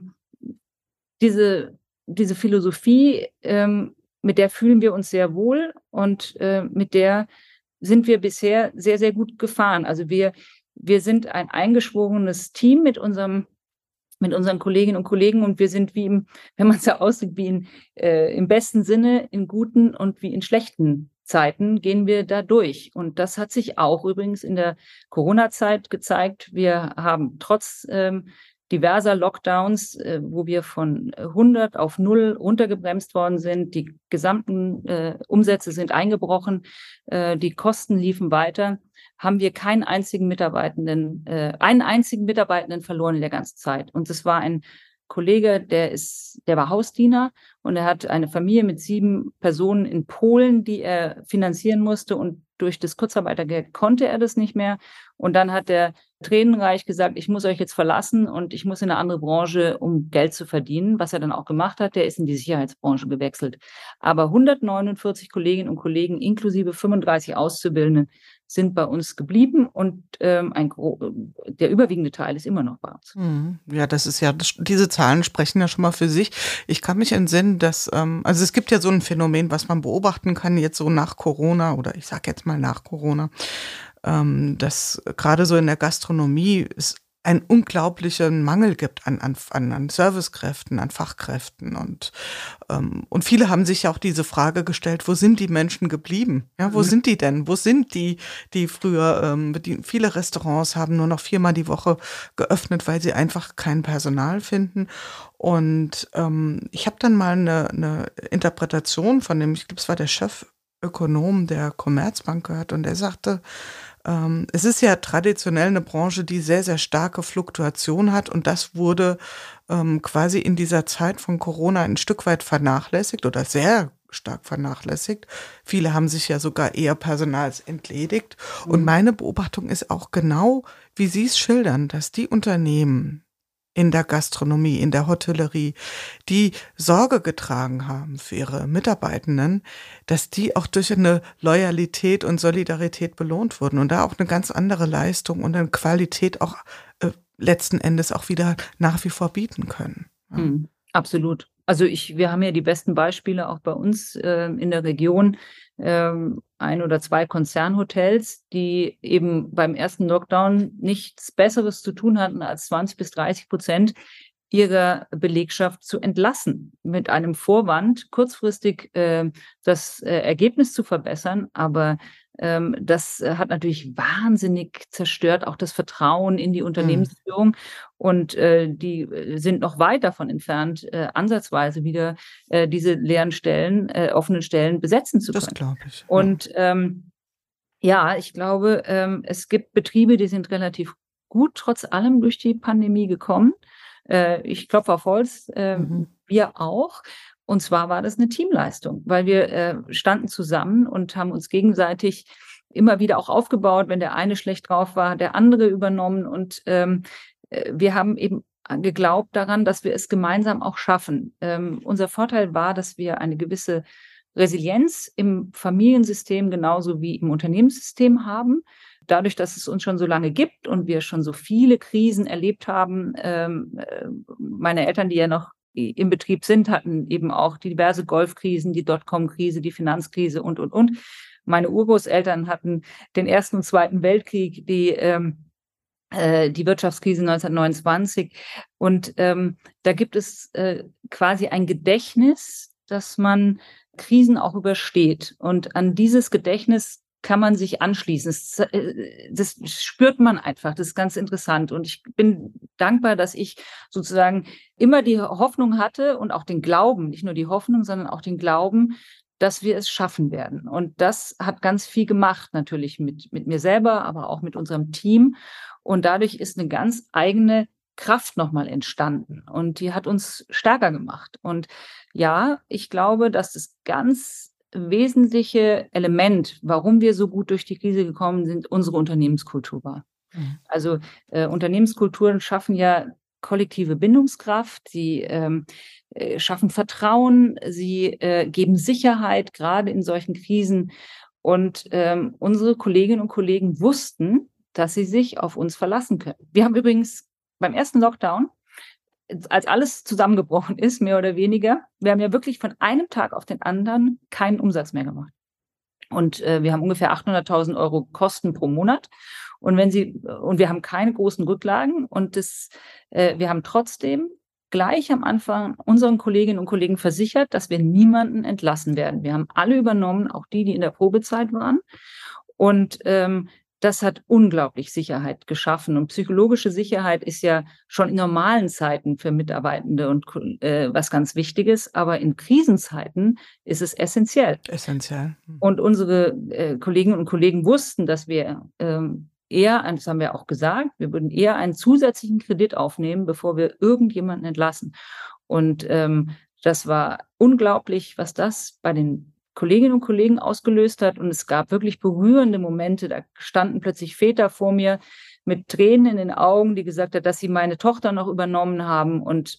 Speaker 3: diese Philosophie, mit der fühlen wir uns sehr wohl und mit der sind wir bisher sehr, sehr gut gefahren. Also wir sind ein eingeschworenes Team mit unseren Kolleginnen und Kollegen und wir sind wenn man es so ausdrückt, wie im besten Sinne, in guten und wie in schlechten Zeiten gehen wir da durch. Und das hat sich auch übrigens in der Corona-Zeit gezeigt. Wir haben trotz diverser Lockdowns, wo wir von 100 auf 0 runtergebremst worden sind. Die gesamten Umsätze sind eingebrochen, die Kosten liefen weiter. Haben wir einen einzigen Mitarbeitenden verloren in der ganzen Zeit. Und das war ein Kollege, der war Hausdiener und er hat eine Familie mit 7 Personen in Polen, die er finanzieren musste, und durch das Kurzarbeitergeld konnte er das nicht mehr. Und dann hat er tränenreich gesagt, ich muss euch jetzt verlassen und ich muss in eine andere Branche, um Geld zu verdienen, was er dann auch gemacht hat. Der ist in die Sicherheitsbranche gewechselt. Aber 149 Kolleginnen und Kollegen inklusive 35 Auszubildenden sind bei uns geblieben und der überwiegende Teil ist immer noch bei uns.
Speaker 2: Ja, diese Zahlen sprechen ja schon mal für sich. Ich kann mich entsinnen, dass, also es gibt ja so ein Phänomen, was man beobachten kann, jetzt so nach Corona, oder ich sage jetzt mal nach Corona, dass gerade so in der Gastronomie es einen unglaublichen Mangel gibt an Servicekräften, an Fachkräften, und viele haben sich ja auch diese Frage gestellt, wo sind die Menschen geblieben? Ja, wo sind die denn? Wo sind die früher, viele Restaurants haben nur noch 4-mal die Woche geöffnet, weil sie einfach kein Personal finden. Und ich habe dann mal eine Interpretation von dem, ich glaube, es war der Chefökonom der Commerzbank gehört, und er sagte, es ist ja traditionell eine Branche, die sehr, sehr starke Fluktuation hat, und das wurde quasi in dieser Zeit von Corona ein Stück weit vernachlässigt oder sehr stark vernachlässigt. Viele haben sich ja sogar eher Personals entledigt. Und meine Beobachtung ist auch genau, wie Sie es schildern, dass die Unternehmen in der Gastronomie, in der Hotellerie, die Sorge getragen haben für ihre Mitarbeitenden, dass die auch durch eine Loyalität und Solidarität belohnt wurden und da auch eine ganz andere Leistung und eine Qualität auch letzten Endes auch wieder nach wie vor bieten können. Ja.
Speaker 3: Absolut. Also wir haben ja die besten Beispiele auch bei uns in der Region. 1 oder 2 Konzernhotels, die eben beim ersten Lockdown nichts Besseres zu tun hatten, als 20-30% ihrer Belegschaft zu entlassen, mit einem Vorwand, kurzfristig das Ergebnis zu verbessern. Aber das hat natürlich wahnsinnig zerstört, auch das Vertrauen in die Unternehmensführung. Und die sind noch weit davon entfernt, ansatzweise wieder diese leeren Stellen, offenen Stellen besetzen zu können.
Speaker 2: Das glaube ich.
Speaker 3: Und ich glaube, es gibt Betriebe, die sind relativ gut trotz allem durch die Pandemie gekommen. Ich klopfe auf Holz, wir auch. Und zwar war das eine Teamleistung, weil wir standen zusammen und haben uns gegenseitig immer wieder auch aufgebaut. Wenn der eine schlecht drauf war, der andere übernommen. Und wir haben eben geglaubt daran, dass wir es gemeinsam auch schaffen. Unser Vorteil war, dass wir eine gewisse Resilienz im Familiensystem genauso wie im Unternehmenssystem haben. Dadurch, dass es uns schon so lange gibt und wir schon so viele Krisen erlebt haben, meine Eltern, die ja noch im Betrieb sind, hatten eben auch diverse Golfkrisen, die Dotcom-Krise, die Finanzkrise und. Meine Urgroßeltern hatten den Ersten und Zweiten Weltkrieg, die Wirtschaftskrise 1929. Und da gibt es quasi ein Gedächtnis, dass man Krisen auch übersteht. Und an dieses Gedächtnis kann man sich anschließen. Das spürt man einfach. Das ist ganz interessant. Und ich bin dankbar, dass ich sozusagen immer die Hoffnung hatte und auch den Glauben, nicht nur die Hoffnung, sondern auch den Glauben, dass wir es schaffen werden. Und das hat ganz viel gemacht, natürlich mit mir selber, aber auch mit unserem Team. Und dadurch ist eine ganz eigene Kraft nochmal entstanden. Und die hat uns stärker gemacht. Und ja, ich glaube, dass das ganz wesentliche Element, warum wir so gut durch die Krise gekommen sind, unsere Unternehmenskultur war. Also Unternehmenskulturen schaffen ja kollektive Bindungskraft, sie schaffen Vertrauen, sie geben Sicherheit, gerade in solchen Krisen. Und unsere Kolleginnen und Kollegen wussten, dass sie sich auf uns verlassen können. Wir haben übrigens beim ersten Lockdown, als alles zusammengebrochen ist, mehr oder weniger, wir haben ja wirklich von einem Tag auf den anderen keinen Umsatz mehr gemacht. Und wir haben ungefähr 800.000 Euro Kosten pro Monat. Und wir haben keine großen Rücklagen. Und wir haben trotzdem gleich am Anfang unseren Kolleginnen und Kollegen versichert, dass wir niemanden entlassen werden. Wir haben alle übernommen, auch die in der Probezeit waren. Und das hat unglaublich Sicherheit geschaffen. Und psychologische Sicherheit ist ja schon in normalen Zeiten für Mitarbeitende und was ganz Wichtiges. Aber in Krisenzeiten ist es essentiell.
Speaker 2: Essentiell.
Speaker 3: Und unsere Kolleginnen und Kollegen wussten, dass wir eher, das haben wir auch gesagt, wir würden eher einen zusätzlichen Kredit aufnehmen, bevor wir irgendjemanden entlassen. Und das war unglaublich, was das bei den Kolleginnen und Kollegen ausgelöst hat. Und es gab wirklich berührende Momente. Da standen plötzlich Väter vor mir mit Tränen in den Augen, die gesagt hat, dass sie meine Tochter noch übernommen haben und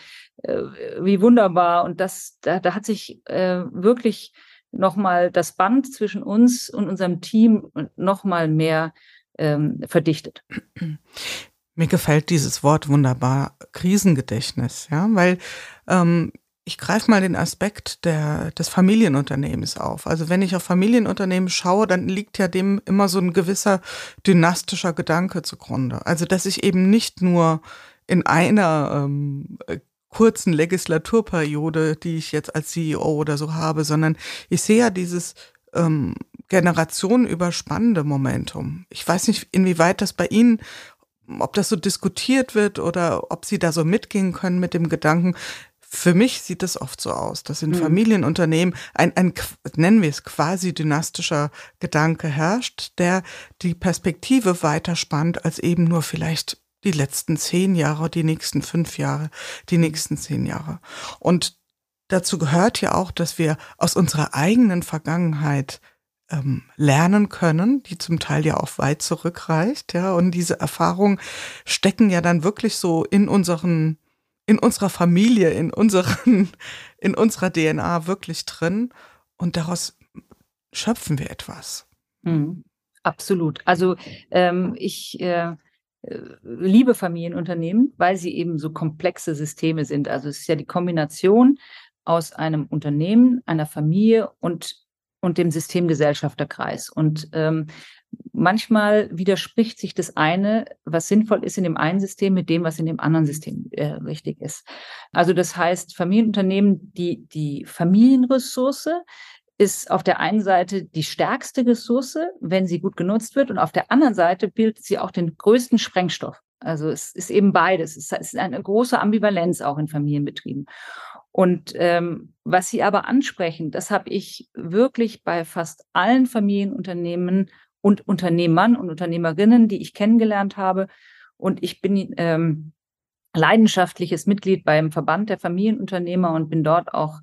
Speaker 3: wie wunderbar. Und da hat sich wirklich nochmal das Band zwischen uns und unserem Team nochmal mehr verdichtet.
Speaker 2: Mir gefällt dieses Wort wunderbar, Krisengedächtnis, ja, weil ich greife mal den Aspekt des Familienunternehmens auf. Also wenn ich auf Familienunternehmen schaue, dann liegt ja dem immer so ein gewisser dynastischer Gedanke zugrunde. Also dass ich eben nicht nur in einer kurzen Legislaturperiode, die ich jetzt als CEO oder so habe, sondern ich sehe ja dieses generationenüberspannende Momentum. Ich weiß nicht, inwieweit das bei Ihnen, ob das so diskutiert wird oder ob Sie da so mitgehen können mit dem Gedanken. Für mich sieht es oft so aus, dass in Familienunternehmen ein nennen wir es quasi dynastischer Gedanke herrscht, der die Perspektive weiterspannt als eben nur vielleicht die letzten 10 Jahre, die nächsten 5 Jahre, die nächsten 10 Jahre. Und dazu gehört ja auch, dass wir aus unserer eigenen Vergangenheit lernen können, die zum Teil ja auch weit zurückreicht, ja. Und diese Erfahrungen stecken ja dann wirklich so in unserer Familie, in unserer DNA wirklich drin. Und daraus schöpfen wir etwas.
Speaker 3: Absolut. Also ich liebe Familienunternehmen, weil sie eben so komplexe Systeme sind. Also es ist ja die Kombination aus einem Unternehmen, einer Familie und dem Systemgesellschafterkreis. Und manchmal widerspricht sich das eine, was sinnvoll ist in dem einen System, mit dem, was in dem anderen System richtig ist. Also das heißt, Familienunternehmen, die Familienressource ist auf der einen Seite die stärkste Ressource, wenn sie gut genutzt wird, und auf der anderen Seite bildet sie auch den größten Sprengstoff. Also es ist eben beides. Es ist eine große Ambivalenz auch in Familienbetrieben. Und was Sie aber ansprechen, das habe ich wirklich bei fast allen Familienunternehmen und Unternehmern und Unternehmerinnen, die ich kennengelernt habe. Und ich bin leidenschaftliches Mitglied beim Verband der Familienunternehmer und bin dort auch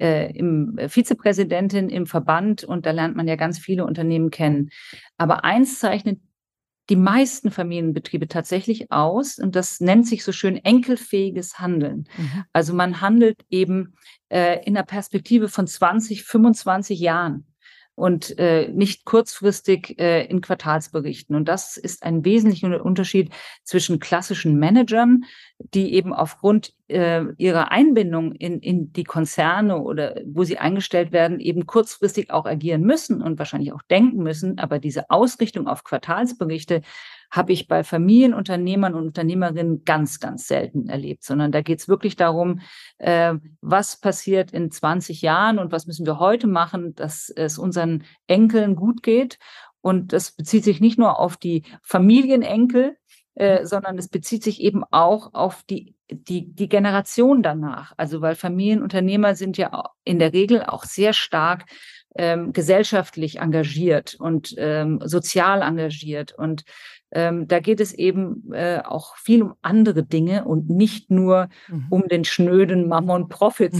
Speaker 3: Vizepräsidentin im Verband. Und da lernt man ja ganz viele Unternehmen kennen. Aber eins zeichnet die meisten Familienbetriebe tatsächlich aus, und das nennt sich so schön enkelfähiges Handeln. Also man handelt eben in der Perspektive von 20, 25 Jahren und nicht kurzfristig in Quartalsberichten. Und das ist ein wesentlicher Unterschied zwischen klassischen Managern, die eben aufgrund ihrer Einbindung in die Konzerne oder wo sie eingestellt werden, eben kurzfristig auch agieren müssen und wahrscheinlich auch denken müssen. Aber diese Ausrichtung auf Quartalsberichte habe ich bei Familienunternehmern und Unternehmerinnen ganz, ganz selten erlebt, sondern da geht es wirklich darum, was passiert in 20 Jahren und was müssen wir heute machen, dass es unseren Enkeln gut geht. Und das bezieht sich nicht nur auf die Familienenkel, sondern es bezieht sich eben auch auf die Generation danach. Also weil Familienunternehmer sind ja in der Regel auch sehr stark gesellschaftlich engagiert und sozial engagiert. Und da geht es eben auch viel um andere Dinge und nicht nur um den schnöden Mammon-Profit.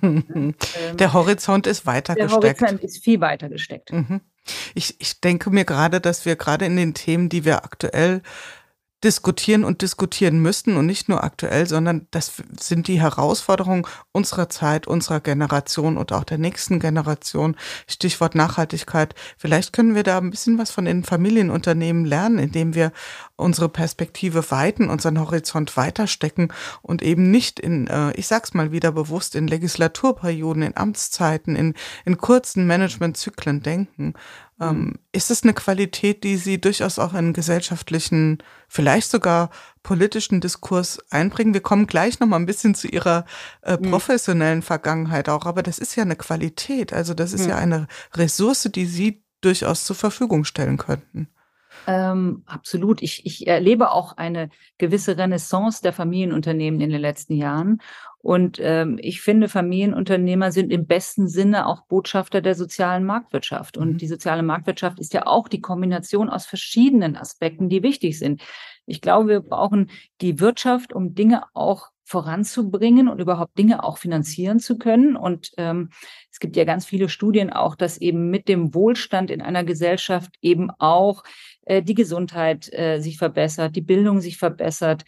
Speaker 2: Der Horizont ist weiter gesteckt.
Speaker 3: Der Horizont ist viel weiter gesteckt.
Speaker 2: Ich denke mir gerade, dass wir gerade in den Themen, die wir aktuell diskutieren und diskutieren müssen, und nicht nur aktuell, sondern das sind die Herausforderungen unserer Zeit, unserer Generation und auch der nächsten Generation. Stichwort Nachhaltigkeit. Vielleicht können wir da ein bisschen was von den Familienunternehmen lernen, indem wir unsere Perspektive weiten, unseren Horizont weiterstecken und eben nicht ich sag's mal wieder bewusst, in Legislaturperioden, in Amtszeiten, in kurzen Managementzyklen denken. Ist es eine Qualität, die Sie durchaus auch in gesellschaftlichen, vielleicht sogar politischen Diskurs einbringen? Wir kommen gleich noch mal ein bisschen zu Ihrer professionellen Vergangenheit auch, aber das ist ja eine Qualität, also das ist ja eine Ressource, die Sie durchaus zur Verfügung stellen könnten.
Speaker 3: Absolut. Ich erlebe auch eine gewisse Renaissance der Familienunternehmen in den letzten Jahren. Und ich finde, Familienunternehmer sind im besten Sinne auch Botschafter der sozialen Marktwirtschaft. Und die soziale Marktwirtschaft ist ja auch die Kombination aus verschiedenen Aspekten, die wichtig sind. Ich glaube, wir brauchen die Wirtschaft, um Dinge auch voranzubringen und überhaupt Dinge auch finanzieren zu können. Und es gibt ja ganz viele Studien auch, dass eben mit dem Wohlstand in einer Gesellschaft eben auch die Gesundheit sich verbessert, die Bildung sich verbessert.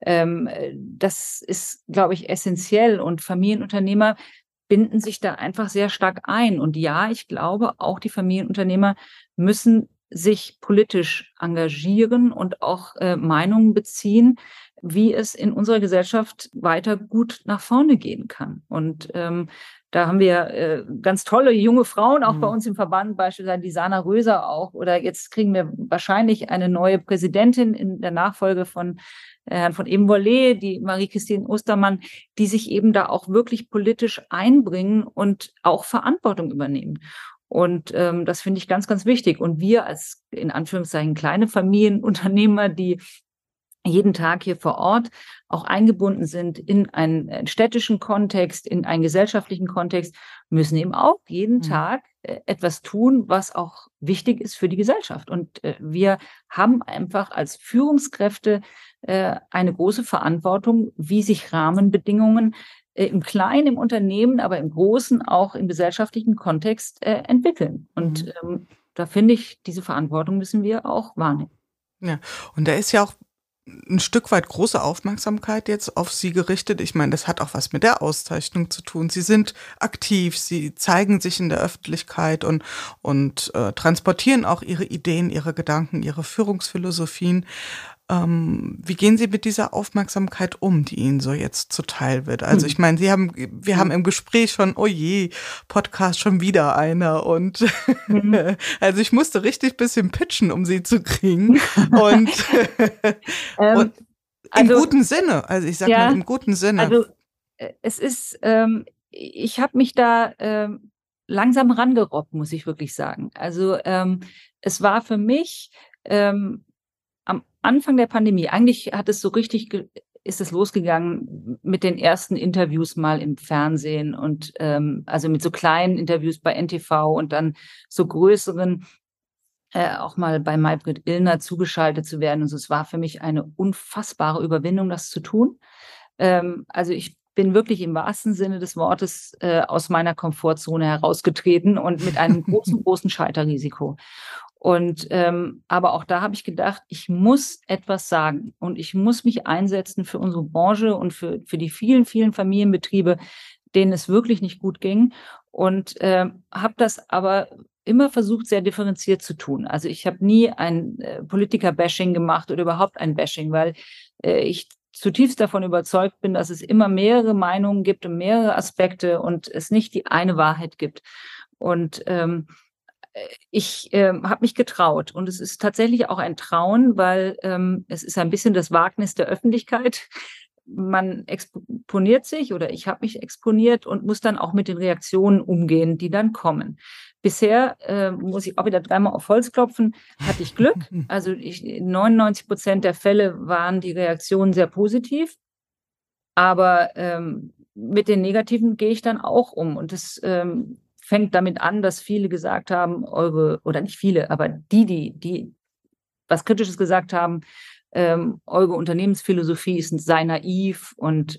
Speaker 3: Das ist, glaube ich, essentiell. Und Familienunternehmer binden sich da einfach sehr stark ein. Und ja, ich glaube, auch die Familienunternehmer müssen sich politisch engagieren und auch Meinungen beziehen, wie es in unserer Gesellschaft weiter gut nach vorne gehen kann. Und da haben wir ganz tolle junge Frauen auch bei uns im Verband, beispielsweise die Sana Röser auch. Oder jetzt kriegen wir wahrscheinlich eine neue Präsidentin in der Nachfolge von Herrn von Ebenvollet, die Marie-Christine Ostermann, die sich eben da auch wirklich politisch einbringen und auch Verantwortung übernehmen. Und das finde ich ganz, ganz wichtig. Und wir als, in Anführungszeichen, kleine Familienunternehmer, die jeden Tag hier vor Ort auch eingebunden sind in einen städtischen Kontext, in einen gesellschaftlichen Kontext, müssen eben auch jeden Tag etwas tun, was auch wichtig ist für die Gesellschaft. Und wir haben einfach als Führungskräfte eine große Verantwortung, wie sich Rahmenbedingungen im Kleinen, im Unternehmen, aber im Großen auch im gesellschaftlichen Kontext entwickeln. Und da finde ich, diese Verantwortung müssen wir auch wahrnehmen.
Speaker 2: Ja, und da ist ja auch ein Stück weit große Aufmerksamkeit jetzt auf Sie gerichtet. Ich meine, das hat auch was mit der Auszeichnung zu tun. Sie sind aktiv, Sie zeigen sich in der Öffentlichkeit und transportieren auch Ihre Ideen, Ihre Gedanken, Ihre Führungsphilosophien. Wie gehen Sie mit dieser Aufmerksamkeit um, die Ihnen so jetzt zuteil wird? Also ich meine, wir haben im Gespräch schon, oh je, Podcast schon wieder einer und also ich musste richtig bisschen pitchen, um Sie zu kriegen und, und im guten Sinne, also ich sag mal im guten Sinne.
Speaker 3: Also es ist, ich habe mich da langsam rangerobbt, muss ich wirklich sagen. Also es war für mich am Anfang der Pandemie, eigentlich hat es so richtig, ist es losgegangen mit den ersten Interviews mal im Fernsehen und also mit so kleinen Interviews bei NTV und dann so größeren, auch mal bei Maybrit Illner zugeschaltet zu werden. Und so, es war für mich eine unfassbare Überwindung, das zu tun. Also ich bin wirklich im wahrsten Sinne des Wortes aus meiner Komfortzone herausgetreten und mit einem großen, großen Scheiterrisiko. Und aber auch da habe ich gedacht, ich muss etwas sagen und ich muss mich einsetzen für unsere Branche und für die vielen, vielen Familienbetriebe, denen es wirklich nicht gut ging. Und habe das aber immer versucht, sehr differenziert zu tun. Also ich habe nie ein Politiker-Bashing gemacht oder überhaupt ein Bashing, weil ich zutiefst davon überzeugt bin, dass es immer mehrere Meinungen gibt und mehrere Aspekte und es nicht die eine Wahrheit gibt. Und ich habe mich getraut und es ist tatsächlich auch ein Trauen, weil es ist ein bisschen das Wagnis der Öffentlichkeit. Man exponiert sich oder ich habe mich exponiert und muss dann auch mit den Reaktionen umgehen, die dann kommen. Bisher muss ich auch wieder dreimal auf Holz klopfen, hatte ich Glück. Also 99% der Fälle waren die Reaktionen sehr positiv. Aber mit den Negativen gehe ich dann auch um. Und das fängt damit an, dass viele gesagt haben, oder nicht viele, aber die was Kritisches gesagt haben, eure Unternehmensphilosophie sei naiv und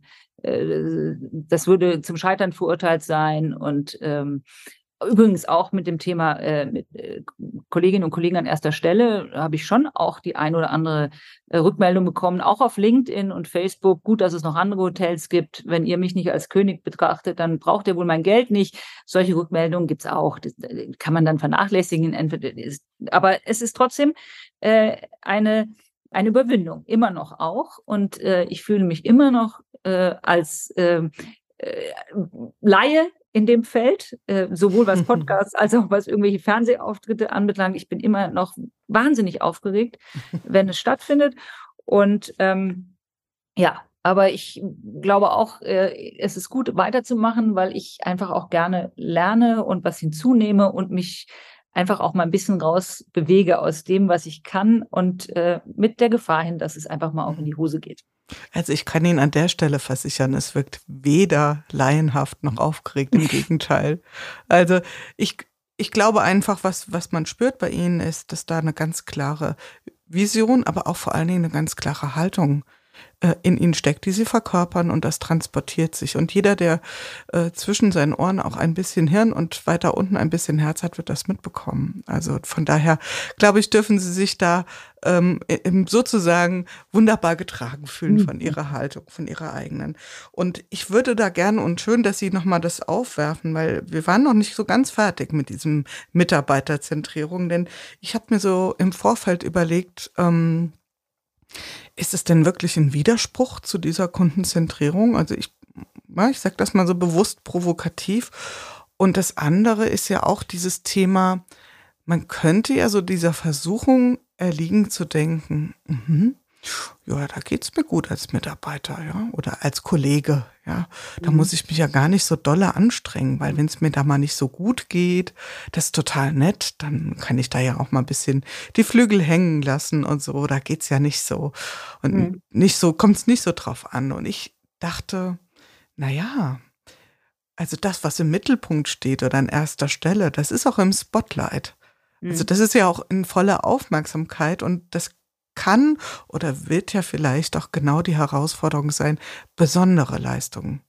Speaker 3: das würde zum Scheitern verurteilt sein. Und übrigens auch mit dem Thema mit Kolleginnen und Kollegen an erster Stelle habe ich schon auch die ein oder andere Rückmeldung bekommen, auch auf LinkedIn und Facebook. Gut, dass es noch andere Hotels gibt. Wenn ihr mich nicht als König betrachtet, dann braucht ihr wohl mein Geld nicht. Solche Rückmeldungen gibt's auch. Das kann man dann vernachlässigen. Aber es ist trotzdem eine Überwindung, immer noch auch. Und ich fühle mich immer noch als Laie in dem Feld, sowohl was Podcasts als auch was irgendwelche Fernsehauftritte anbelangt. Ich bin immer noch wahnsinnig aufgeregt, wenn es stattfindet. Und ja, aber ich glaube auch, es ist gut, weiterzumachen, weil ich einfach auch gerne lerne und was hinzunehme und mich einfach auch mal ein bisschen raus bewege aus dem, was ich kann und mit der Gefahr hin, dass es einfach mal auch in die Hose geht.
Speaker 2: Also ich kann Ihnen an der Stelle versichern, es wirkt weder laienhaft noch aufgeregt, im Gegenteil. Also ich glaube einfach, was man spürt bei Ihnen ist, dass da eine ganz klare Vision, aber auch vor allen Dingen eine ganz klare Haltung in ihnen steckt, die sie verkörpern, und das transportiert sich. Und jeder, der zwischen seinen Ohren auch ein bisschen Hirn und weiter unten ein bisschen Herz hat, wird das mitbekommen. Also von daher, glaube ich, dürfen sie sich da sozusagen wunderbar getragen fühlen von ihrer Haltung, von ihrer eigenen. Und ich würde da gerne, und schön, dass Sie nochmal das aufwerfen, weil wir waren noch nicht so ganz fertig mit diesem Mitarbeiterzentrierung, denn ich habe mir so im Vorfeld überlegt, ist es denn wirklich ein Widerspruch zu dieser Kundenzentrierung? Also ich sage das mal so bewusst provokativ. Und das andere ist ja auch dieses Thema, man könnte ja so dieser Versuchung erliegen zu denken, ja, da geht's mir gut als Mitarbeiter, ja, oder als Kollege, ja. Da muss ich mich ja gar nicht so dolle anstrengen, weil wenn es mir da mal nicht so gut geht, das ist total nett, dann kann ich da ja auch mal ein bisschen die Flügel hängen lassen und so, da geht's ja nicht so. Und nicht so, kommt's nicht so drauf an. Und ich dachte, naja, also das, was im Mittelpunkt steht oder an erster Stelle, das ist auch im Spotlight. Also das ist ja auch in voller Aufmerksamkeit, und das kann oder wird ja vielleicht auch genau die Herausforderung sein, besondere Leistungen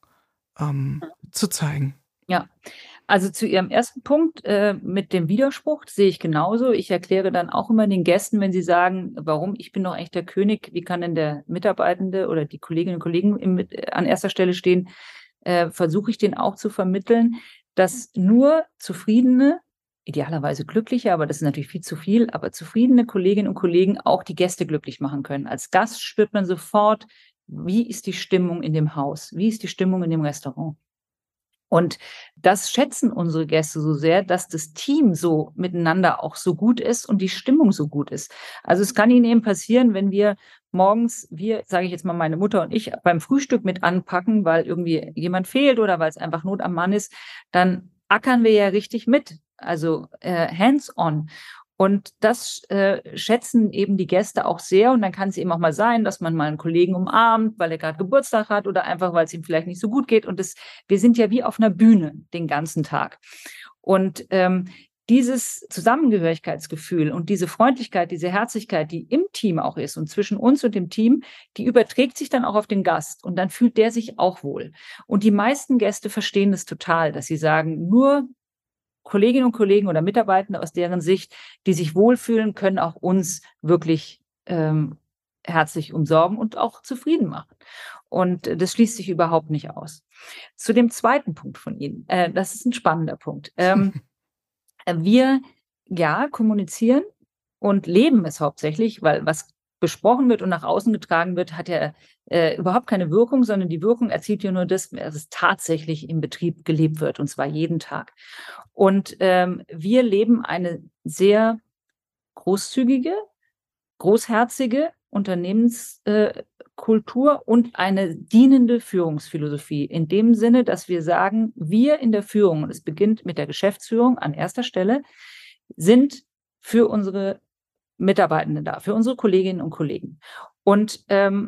Speaker 2: zu zeigen.
Speaker 3: Ja, also zu Ihrem ersten Punkt mit dem Widerspruch sehe ich genauso. Ich erkläre dann auch immer den Gästen, wenn sie sagen, warum, ich bin doch eigentlich der König, wie kann denn der Mitarbeitende oder die Kolleginnen und Kollegen an erster Stelle stehen, versuche ich denen auch zu vermitteln, dass nur zufriedene, idealerweise glückliche, aber das ist natürlich viel zu viel, aber zufriedene Kolleginnen und Kollegen auch die Gäste glücklich machen können. Als Gast spürt man sofort, wie ist die Stimmung in dem Haus, wie ist die Stimmung in dem Restaurant. Und das schätzen unsere Gäste so sehr, dass das Team so miteinander auch so gut ist und die Stimmung so gut ist. Also es kann Ihnen eben passieren, wenn wir morgens, sage ich jetzt mal, meine Mutter und ich, beim Frühstück mit anpacken, weil irgendwie jemand fehlt oder weil es einfach Not am Mann ist, dann ackern wir ja richtig mit, also hands-on. Und das schätzen eben die Gäste auch sehr. Und dann kann es eben auch mal sein, dass man mal einen Kollegen umarmt, weil er gerade Geburtstag hat oder einfach, weil es ihm vielleicht nicht so gut geht. Und wir sind ja wie auf einer Bühne den ganzen Tag. Und dieses Zusammengehörigkeitsgefühl und diese Freundlichkeit, diese Herzlichkeit, die im Team auch ist und zwischen uns und dem Team, die überträgt sich dann auch auf den Gast. Und dann fühlt der sich auch wohl. Und die meisten Gäste verstehen das total, dass sie sagen, nur Kolleginnen und Kollegen oder Mitarbeitende aus deren Sicht, die sich wohlfühlen, können auch uns wirklich herzlich umsorgen und auch zufrieden machen. Und das schließt sich überhaupt nicht aus. Zu dem zweiten Punkt von Ihnen, das ist ein spannender Punkt. Wir kommunizieren und leben es hauptsächlich, weil was besprochen wird und nach außen getragen wird, hat ja überhaupt keine Wirkung, sondern die Wirkung erzielt ja nur das, dass es tatsächlich im Betrieb gelebt wird, und zwar jeden Tag. Und wir leben eine sehr großzügige, großherzige Unternehmenskultur und eine dienende Führungsphilosophie. In dem Sinne, dass wir sagen, wir in der Führung, und es beginnt mit der Geschäftsführung an erster Stelle, sind für unsere Mitarbeitenden da, für unsere Kolleginnen und Kollegen. Und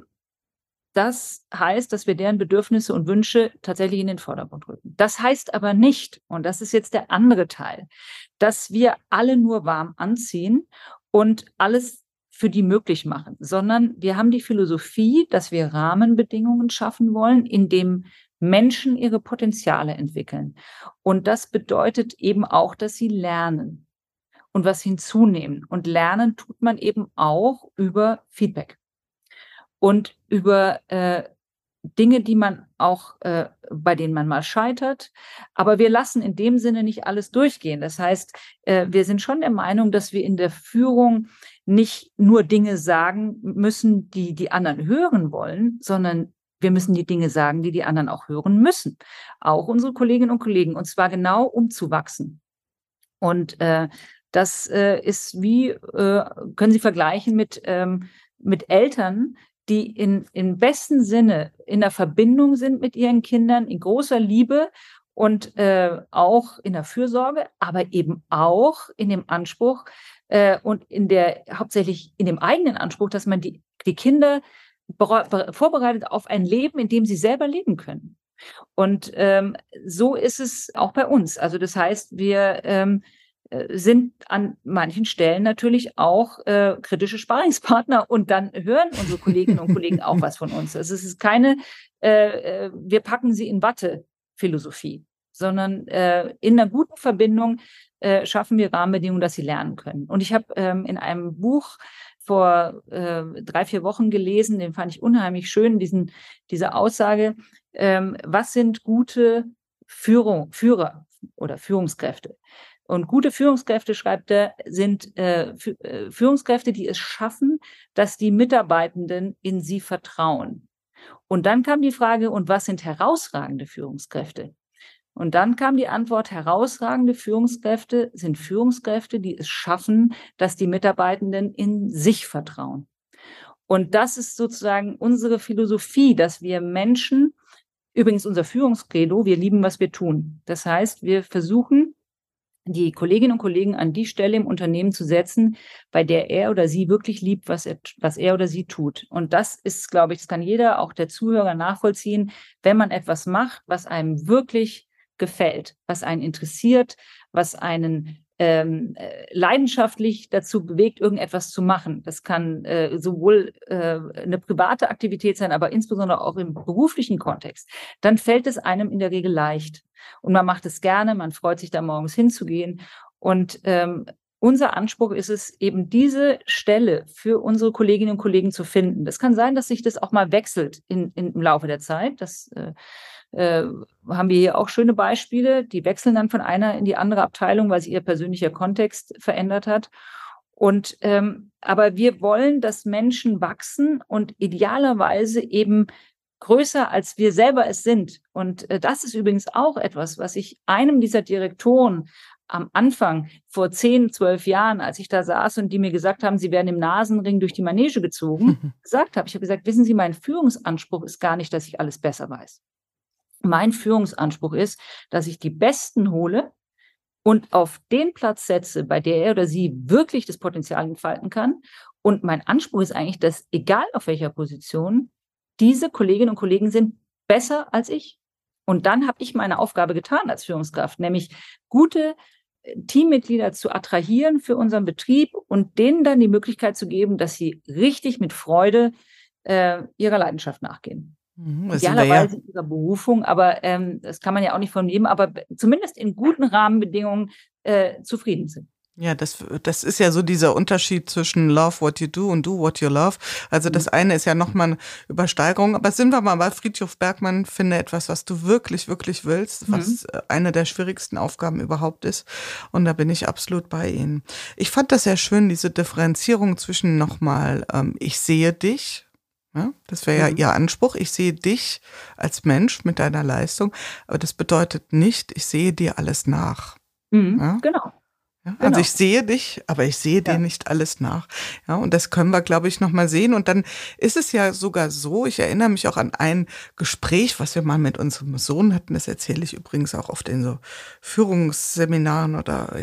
Speaker 3: das heißt, dass wir deren Bedürfnisse und Wünsche tatsächlich in den Vordergrund rücken. Das heißt aber nicht, und das ist jetzt der andere Teil, dass wir alle nur warm anziehen und alles für die möglich machen, sondern wir haben die Philosophie, dass wir Rahmenbedingungen schaffen wollen, in dem Menschen ihre Potenziale entwickeln. Und das bedeutet eben auch, dass sie lernen und was hinzunehmen. Und lernen tut man eben auch über Feedback und über Dinge, die man auch, bei denen man mal scheitert. Aber wir lassen in dem Sinne nicht alles durchgehen. Das heißt, wir sind schon der Meinung, dass wir in der Führung nicht nur Dinge sagen müssen, die die anderen hören wollen, sondern wir müssen die Dinge sagen, die die anderen auch hören müssen. Auch unsere Kolleginnen und Kollegen. Und zwar genau, um zu wachsen. Und das ist wie, können Sie vergleichen mit Eltern, die im besten Sinne in der Verbindung sind mit ihren Kindern, in großer Liebe und auch in der Fürsorge, aber eben auch in dem Anspruch und hauptsächlich in dem eigenen Anspruch, dass man die Kinder vorbereitet auf ein Leben, in dem sie selber leben können. Und so ist es auch bei uns. Also das heißt, wir sind an manchen Stellen natürlich auch kritische Sparringspartner und dann hören unsere Kolleginnen und Kollegen auch was von uns. Also es ist keine wir packen sie in Watte Philosophie, sondern in einer guten Verbindung schaffen wir Rahmenbedingungen, dass sie lernen können. Und ich habe in einem Buch vor 3-4 Wochen gelesen, den fand ich unheimlich schön, diese Aussage, was sind gute Führer oder Führungskräfte? Und gute Führungskräfte, schreibt er, sind Führungskräfte, die es schaffen, dass die Mitarbeitenden in sie vertrauen. Und dann kam die Frage, und was sind herausragende Führungskräfte? Und dann kam die Antwort, herausragende Führungskräfte sind Führungskräfte, die es schaffen, dass die Mitarbeitenden in sich vertrauen. Und das ist sozusagen unsere Philosophie, dass wir Menschen, übrigens unser Führungskredo, wir lieben, was wir tun. Das heißt, wir versuchen, die Kolleginnen und Kollegen an die Stelle im Unternehmen zu setzen, bei der er oder sie wirklich liebt, was er oder sie tut. Und das ist, glaube ich, das kann jeder, auch der Zuhörer, nachvollziehen, wenn man etwas macht, was einem wirklich gefällt, was einen interessiert, was einen leidenschaftlich dazu bewegt, irgendetwas zu machen. Das kann sowohl eine private Aktivität sein, aber insbesondere auch im beruflichen Kontext. Dann fällt es einem in der Regel leicht. Und man macht es gerne, man freut sich da morgens hinzugehen. Und unser Anspruch ist es, eben diese Stelle für unsere Kolleginnen und Kollegen zu finden. Das kann sein, dass sich das auch mal wechselt im Laufe der Zeit. Das haben wir hier auch schöne Beispiele. Die wechseln dann von einer in die andere Abteilung, weil sich ihr persönlicher Kontext verändert hat. Und aber wir wollen, dass Menschen wachsen und idealerweise eben größer, als wir selber es sind. Und das ist übrigens auch etwas, was ich einem dieser Direktoren am Anfang vor 10, 12 Jahren, als ich da saß und die mir gesagt haben, sie werden im Nasenring durch die Manege gezogen, gesagt habe. Ich habe gesagt, wissen Sie, mein Führungsanspruch ist gar nicht, dass ich alles besser weiß. Mein Führungsanspruch ist, dass ich die Besten hole und auf den Platz setze, bei der er oder sie wirklich das Potenzial entfalten kann. Und mein Anspruch ist eigentlich, dass egal auf welcher Position, diese Kolleginnen und Kollegen sind besser als ich. Und dann habe ich meine Aufgabe getan als Führungskraft, nämlich gute Teammitglieder zu attrahieren für unseren Betrieb und denen dann die Möglichkeit zu geben, dass sie richtig mit Freude ihrer Leidenschaft nachgehen. Idealerweise ihrer Berufung, aber das kann man ja auch nicht von jedem, aber zumindest in guten Rahmenbedingungen zufrieden sind.
Speaker 2: Ja, das ist ja so dieser Unterschied zwischen love what you do und do what you love. Also das eine ist ja nochmal eine Übersteigerung, aber sind wir mal bei Friedrich Bergmann, finde etwas, was du wirklich, wirklich willst, was eine der schwierigsten Aufgaben überhaupt ist. Und da bin ich absolut bei Ihnen. Ich fand das sehr schön, diese Differenzierung zwischen nochmal, ich sehe dich. Ja, das wäre ja Ihr Anspruch. Ich sehe dich als Mensch mit deiner Leistung, aber das bedeutet nicht, ich sehe dir alles nach. Ja?
Speaker 3: Genau.
Speaker 2: Ja, also ich sehe dich, aber ich sehe dir nicht alles nach. Ja, und das können wir, glaube ich, nochmal sehen. Und dann ist es ja sogar so, ich erinnere mich auch an ein Gespräch, was wir mal mit unserem Sohn hatten. Das erzähle ich übrigens auch oft in so Führungsseminaren oder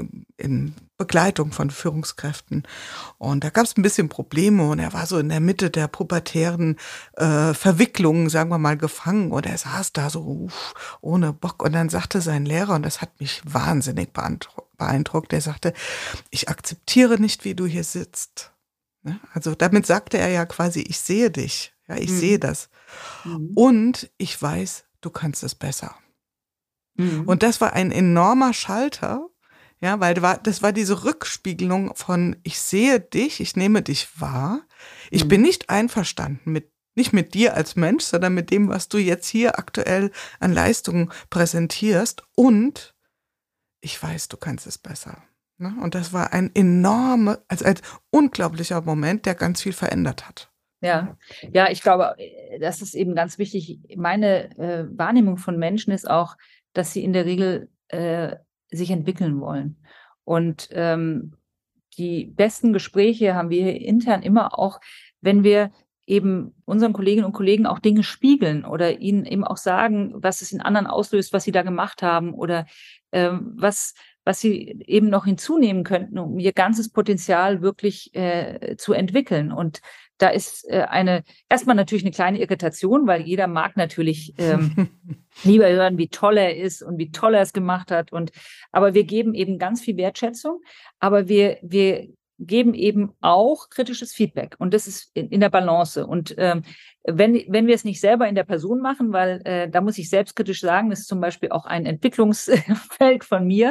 Speaker 2: in Begleitung von Führungskräften. Und da gab es ein bisschen Probleme und er war so in der Mitte der pubertären Verwicklungen, sagen wir mal, gefangen. Und er saß da so ohne Bock. Und dann sagte sein Lehrer, und das hat mich wahnsinnig beeindruckt, der sagte, ich akzeptiere nicht, wie du hier sitzt. Also damit sagte er ja quasi, ich sehe dich. Ja, ich sehe das. Und ich weiß, du kannst es besser. Und das war ein enormer Schalter. Ja, weil das war diese Rückspiegelung von, ich sehe dich, ich nehme dich wahr. Ich bin nicht einverstanden nicht mit dir als Mensch, sondern mit dem, was du jetzt hier aktuell an Leistungen präsentierst. Und ich weiß, du kannst es besser. Und das war ein enormer, also ein unglaublicher Moment, der ganz viel verändert hat.
Speaker 3: Ja, ich glaube, das ist eben ganz wichtig. Meine Wahrnehmung von Menschen ist auch, dass sie in der Regel sich entwickeln wollen. Und die besten Gespräche haben wir hier intern immer auch, wenn wir eben unseren Kolleginnen und Kollegen auch Dinge spiegeln oder ihnen eben auch sagen, was es in anderen auslöst, was sie da gemacht haben oder was sie eben noch hinzunehmen könnten, um ihr ganzes Potenzial wirklich zu entwickeln. Und da ist erstmal natürlich eine kleine Irritation, weil jeder mag natürlich lieber hören, wie toll er ist und wie toll er es gemacht hat. Aber wir geben eben ganz viel Wertschätzung, aber wir geben eben auch kritisches Feedback. Und das ist in der Balance. Und wenn wir es nicht selber in der Person machen, weil da muss ich selbstkritisch sagen, das ist zum Beispiel auch ein Entwicklungsfeld von mir.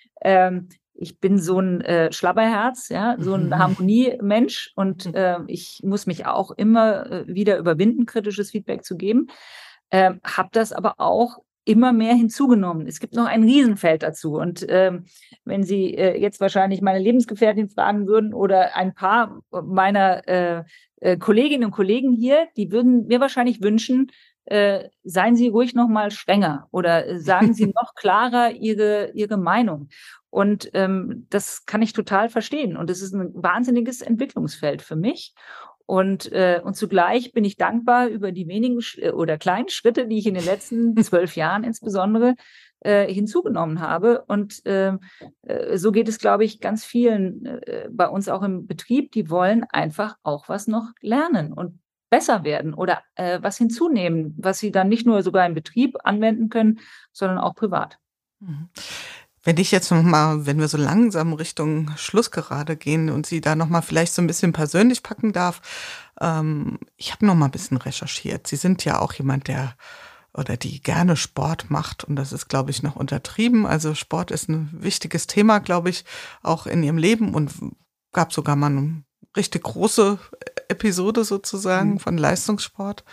Speaker 3: Ich bin so ein Schlabberherz, ja, so ein Harmoniemensch und ich muss mich auch immer wieder überwinden, kritisches Feedback zu geben. Habe das aber auch immer mehr hinzugenommen. Es gibt noch ein Riesenfeld dazu. Und wenn Sie jetzt wahrscheinlich meine Lebensgefährtin fragen würden oder ein paar meiner Kolleginnen und Kollegen hier, die würden mir wahrscheinlich wünschen, seien Sie ruhig noch mal strenger oder sagen Sie noch klarer Ihre Meinung. Und das kann ich total verstehen. Und es ist ein wahnsinniges Entwicklungsfeld für mich. Und zugleich bin ich dankbar über die wenigen oder kleinen Schritte, die ich in den letzten 12 Jahren insbesondere hinzugenommen habe. Und so geht es, glaube ich, ganz vielen bei uns auch im Betrieb, die wollen einfach auch was noch lernen und besser werden oder was hinzunehmen, was sie dann nicht nur sogar im Betrieb anwenden können, sondern auch privat.
Speaker 2: Wenn ich jetzt nochmal, wenn wir so langsam Richtung Schlussgerade gehen und Sie da nochmal vielleicht so ein bisschen persönlich packen darf, ich habe nochmal ein bisschen recherchiert. Sie sind ja auch jemand, die gerne Sport macht und das ist, glaube ich, noch untertrieben. Also Sport ist ein wichtiges Thema, glaube ich, auch in Ihrem Leben und gab sogar mal eine richtig große Episode sozusagen von Leistungssport.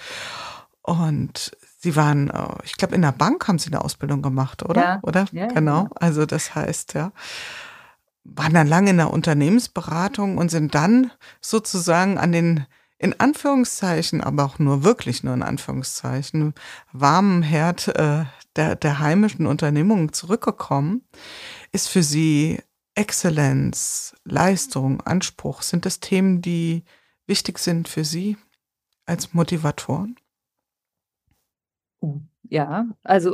Speaker 2: Und Sie waren, ich glaube, in der Bank haben Sie eine Ausbildung gemacht, oder?
Speaker 3: Ja.
Speaker 2: Oder?
Speaker 3: Ja,
Speaker 2: genau. Also das heißt, ja, waren dann lange in der Unternehmensberatung und sind dann sozusagen an den, in Anführungszeichen, aber auch wirklich nur in Anführungszeichen, warmen Herd der heimischen Unternehmungen zurückgekommen. Ist für Sie Exzellenz, Leistung, Anspruch, sind das Themen, die wichtig sind für Sie als Motivatoren?
Speaker 3: Ja, also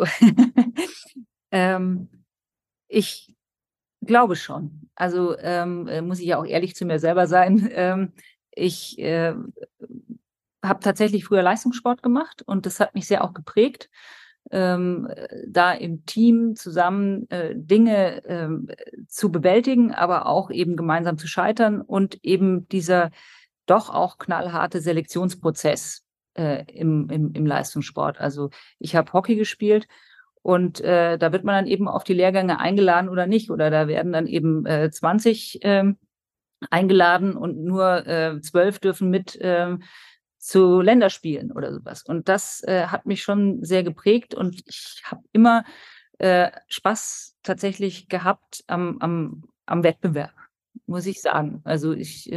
Speaker 3: ich glaube schon. Also muss ich ja auch ehrlich zu mir selber sein. Ich habe tatsächlich früher Leistungssport gemacht und das hat mich sehr auch geprägt. Da im Team zusammen Dinge zu bewältigen, aber auch eben gemeinsam zu scheitern und eben dieser doch auch knallharte Selektionsprozess im Leistungssport. Also ich habe Hockey gespielt und da wird man dann eben auf die Lehrgänge eingeladen oder nicht. Oder da werden dann eben 20 eingeladen und nur 12 dürfen mit zu Länderspielen oder sowas. Und das hat mich schon sehr geprägt und ich habe immer Spaß tatsächlich gehabt am Wettbewerb, muss ich sagen. Also ich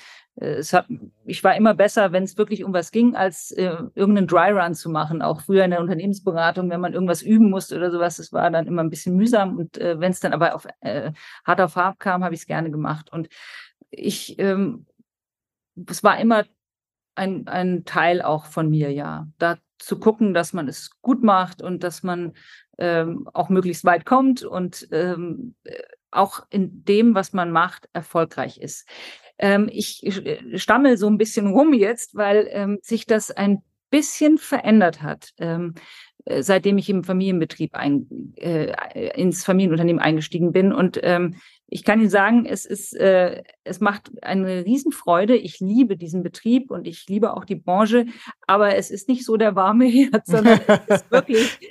Speaker 3: war immer besser, wenn es wirklich um was ging, als irgendeinen Dry-Run zu machen. Auch früher in der Unternehmensberatung, wenn man irgendwas üben musste oder sowas, das war dann immer ein bisschen mühsam. Und wenn es dann aber hart auf hart kam, habe ich es gerne gemacht. Und es war immer ein Teil auch von mir, ja. Da zu gucken, dass man es gut macht und dass man auch möglichst weit kommt und auch in dem, was man macht, erfolgreich ist. Ich stammel so ein bisschen rum jetzt, weil sich das ein bisschen verändert hat, seitdem ich im Familienbetrieb ins Familienunternehmen eingestiegen bin. Und ich kann Ihnen sagen, es macht eine Riesenfreude. Ich liebe diesen Betrieb und ich liebe auch die Branche, aber es ist nicht so der warme Herd, sondern es ist wirklich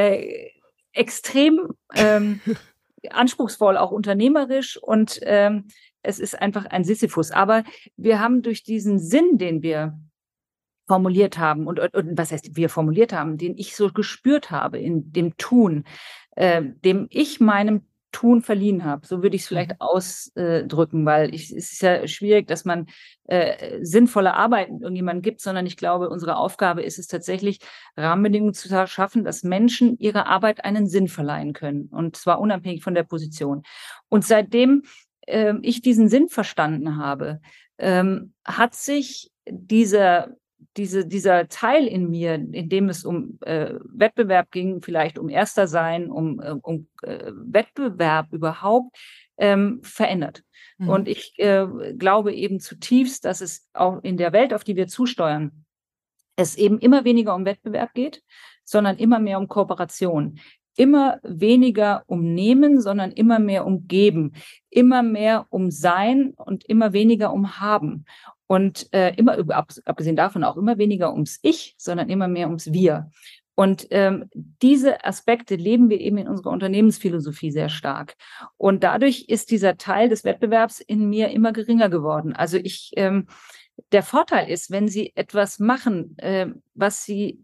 Speaker 3: extrem anspruchsvoll, auch unternehmerisch und es ist einfach ein Sisyphus. Aber wir haben durch diesen Sinn, den wir formuliert haben und was heißt wir formuliert haben, den ich so gespürt habe in dem Tun, dem ich meinem Tun verliehen habe. So würde ich es vielleicht ausdrücken, weil es ist ja schwierig, dass man sinnvolle Arbeit mit irgendjemandem gibt, sondern ich glaube, unsere Aufgabe ist es tatsächlich, Rahmenbedingungen zu schaffen, dass Menschen ihrer Arbeit einen Sinn verleihen können. Und zwar unabhängig von der Position. Und seitdem ich diesen Sinn verstanden habe, hat sich dieser Teil in mir, in dem es um Wettbewerb ging, vielleicht um Erster sein, um Wettbewerb überhaupt, verändert. Und ich glaube eben zutiefst, dass es auch in der Welt, auf die wir zusteuern, es eben immer weniger um Wettbewerb geht, sondern immer mehr um Kooperation. Immer weniger um Nehmen, sondern immer mehr um Geben. Immer mehr um Sein und immer weniger um Haben. Und abgesehen davon auch immer weniger ums Ich, sondern immer mehr ums Wir. Und diese Aspekte leben wir eben in unserer Unternehmensphilosophie sehr stark. Und dadurch ist dieser Teil des Wettbewerbs in mir immer geringer geworden. Also der Vorteil ist, wenn Sie etwas machen, was Sie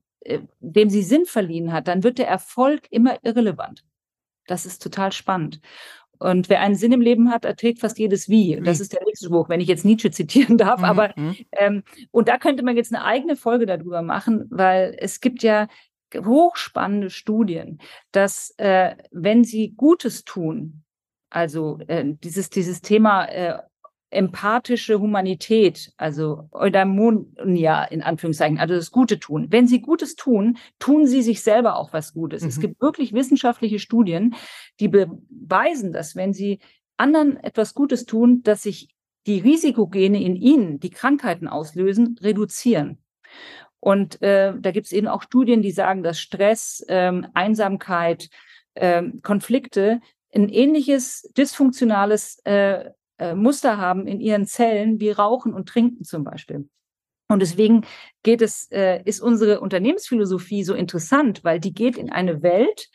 Speaker 3: dem sie Sinn verliehen hat, dann wird der Erfolg immer irrelevant. Das ist total spannend. Und wer einen Sinn im Leben hat, erträgt fast jedes Wie. Das ist der nächste Spruch, wenn ich jetzt Nietzsche zitieren darf. Und da könnte man jetzt eine eigene Folge darüber machen, weil es gibt ja hochspannende Studien, dass wenn Sie Gutes tun, also dieses Thema empathische Humanität, also Eudaimonia in Anführungszeichen, also das Gute tun. Wenn Sie Gutes tun, tun Sie sich selber auch was Gutes. Es gibt wirklich wissenschaftliche Studien, die beweisen, dass wenn Sie anderen etwas Gutes tun, dass sich die Risikogene in Ihnen, die Krankheiten auslösen, reduzieren. Und da gibt es eben auch Studien, die sagen, dass Stress, Einsamkeit, Konflikte ein ähnliches dysfunktionales Muster haben in ihren Zellen wie Rauchen und Trinken zum Beispiel. Und deswegen ist unsere Unternehmensphilosophie so interessant, weil die geht in eine Welt,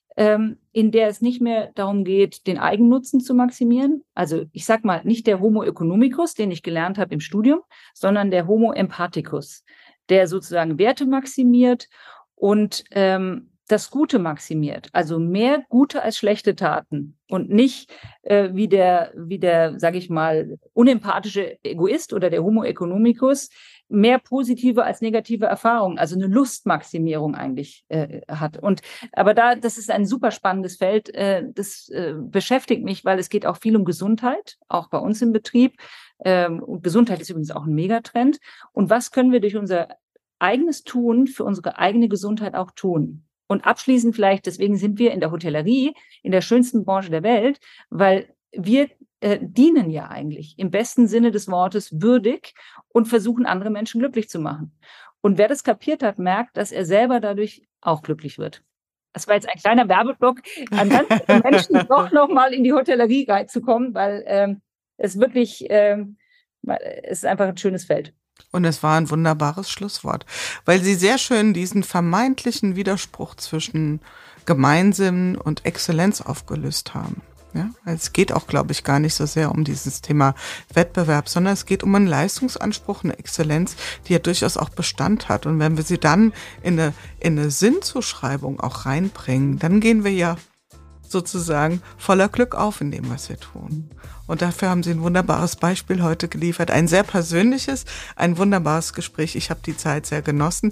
Speaker 3: in der es nicht mehr darum geht, den Eigennutzen zu maximieren. Also ich sag mal, nicht der Homo economicus, den ich gelernt habe im Studium, sondern der Homo empathicus, der sozusagen Werte maximiert und das Gute maximiert, also mehr gute als schlechte Taten und nicht wie der, sage ich mal, unempathische Egoist oder der Homo economicus mehr positive als negative Erfahrungen, also eine Lustmaximierung eigentlich hat. Aber das ist ein super spannendes Feld, das beschäftigt mich, weil es geht auch viel um Gesundheit, auch bei uns im Betrieb. Und Gesundheit ist übrigens auch ein Megatrend. Und was können wir durch unser eigenes Tun für unsere eigene Gesundheit auch tun? Und abschließend vielleicht, deswegen sind wir in der Hotellerie in der schönsten Branche der Welt, weil wir dienen ja eigentlich im besten Sinne des Wortes würdig und versuchen, andere Menschen glücklich zu machen. Und wer das kapiert hat, merkt, dass er selber dadurch auch glücklich wird. Das war jetzt ein kleiner Werbeblock an ganz viele Menschen, doch nochmal in die Hotellerie reinzukommen, weil es wirklich, es ist einfach ein schönes Feld.
Speaker 2: Und es war ein wunderbares Schlusswort, weil Sie sehr schön diesen vermeintlichen Widerspruch zwischen Gemeinsinn und Exzellenz aufgelöst haben. Ja, es geht auch, glaube ich, gar nicht so sehr um dieses Thema Wettbewerb, sondern es geht um einen Leistungsanspruch, eine Exzellenz, die ja durchaus auch Bestand hat. Und wenn wir sie dann in eine Sinnzuschreibung auch reinbringen, dann gehen wir ja sozusagen voller Glück auf in dem, was wir tun. Und dafür haben Sie ein wunderbares Beispiel heute geliefert. Ein sehr persönliches, ein wunderbares Gespräch. Ich habe die Zeit sehr genossen.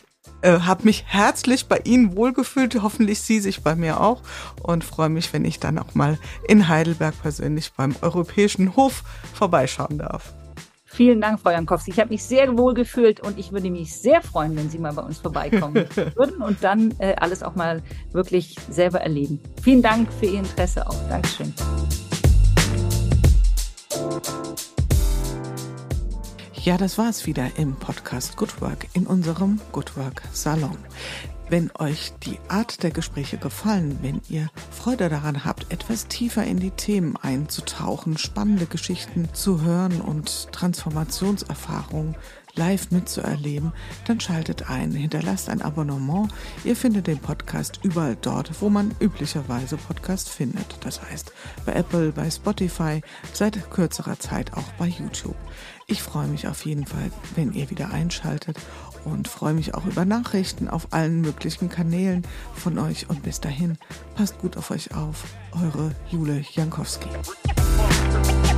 Speaker 2: Habe mich herzlich bei Ihnen wohlgefühlt, hoffentlich Sie sich bei mir auch und freue mich, wenn ich dann auch mal in Heidelberg persönlich beim Europäischen Hof vorbeischauen darf.
Speaker 3: Vielen Dank, Frau Jankowski. Ich habe mich sehr wohl gefühlt und ich würde mich sehr freuen, wenn Sie mal bei uns vorbeikommen würden und dann alles auch mal wirklich selber erleben. Vielen Dank für Ihr Interesse auch. Dankeschön.
Speaker 2: Ja, das war es wieder im Podcast Good Work in unserem Good Work Salon. Wenn euch die Art der Gespräche gefallen, wenn ihr Freude daran habt, etwas tiefer in die Themen einzutauchen, spannende Geschichten zu hören und Transformationserfahrungen live mitzuerleben, dann schaltet ein, hinterlasst ein Abonnement. Ihr findet den Podcast überall dort, wo man üblicherweise Podcast findet. Das heißt bei Apple, bei Spotify, seit kürzerer Zeit auch bei YouTube. Ich freue mich auf jeden Fall, wenn ihr wieder einschaltet und freue mich auch über Nachrichten auf allen möglichen Kanälen von euch. Und bis dahin, passt gut auf euch auf. Eure Jule Jankowski.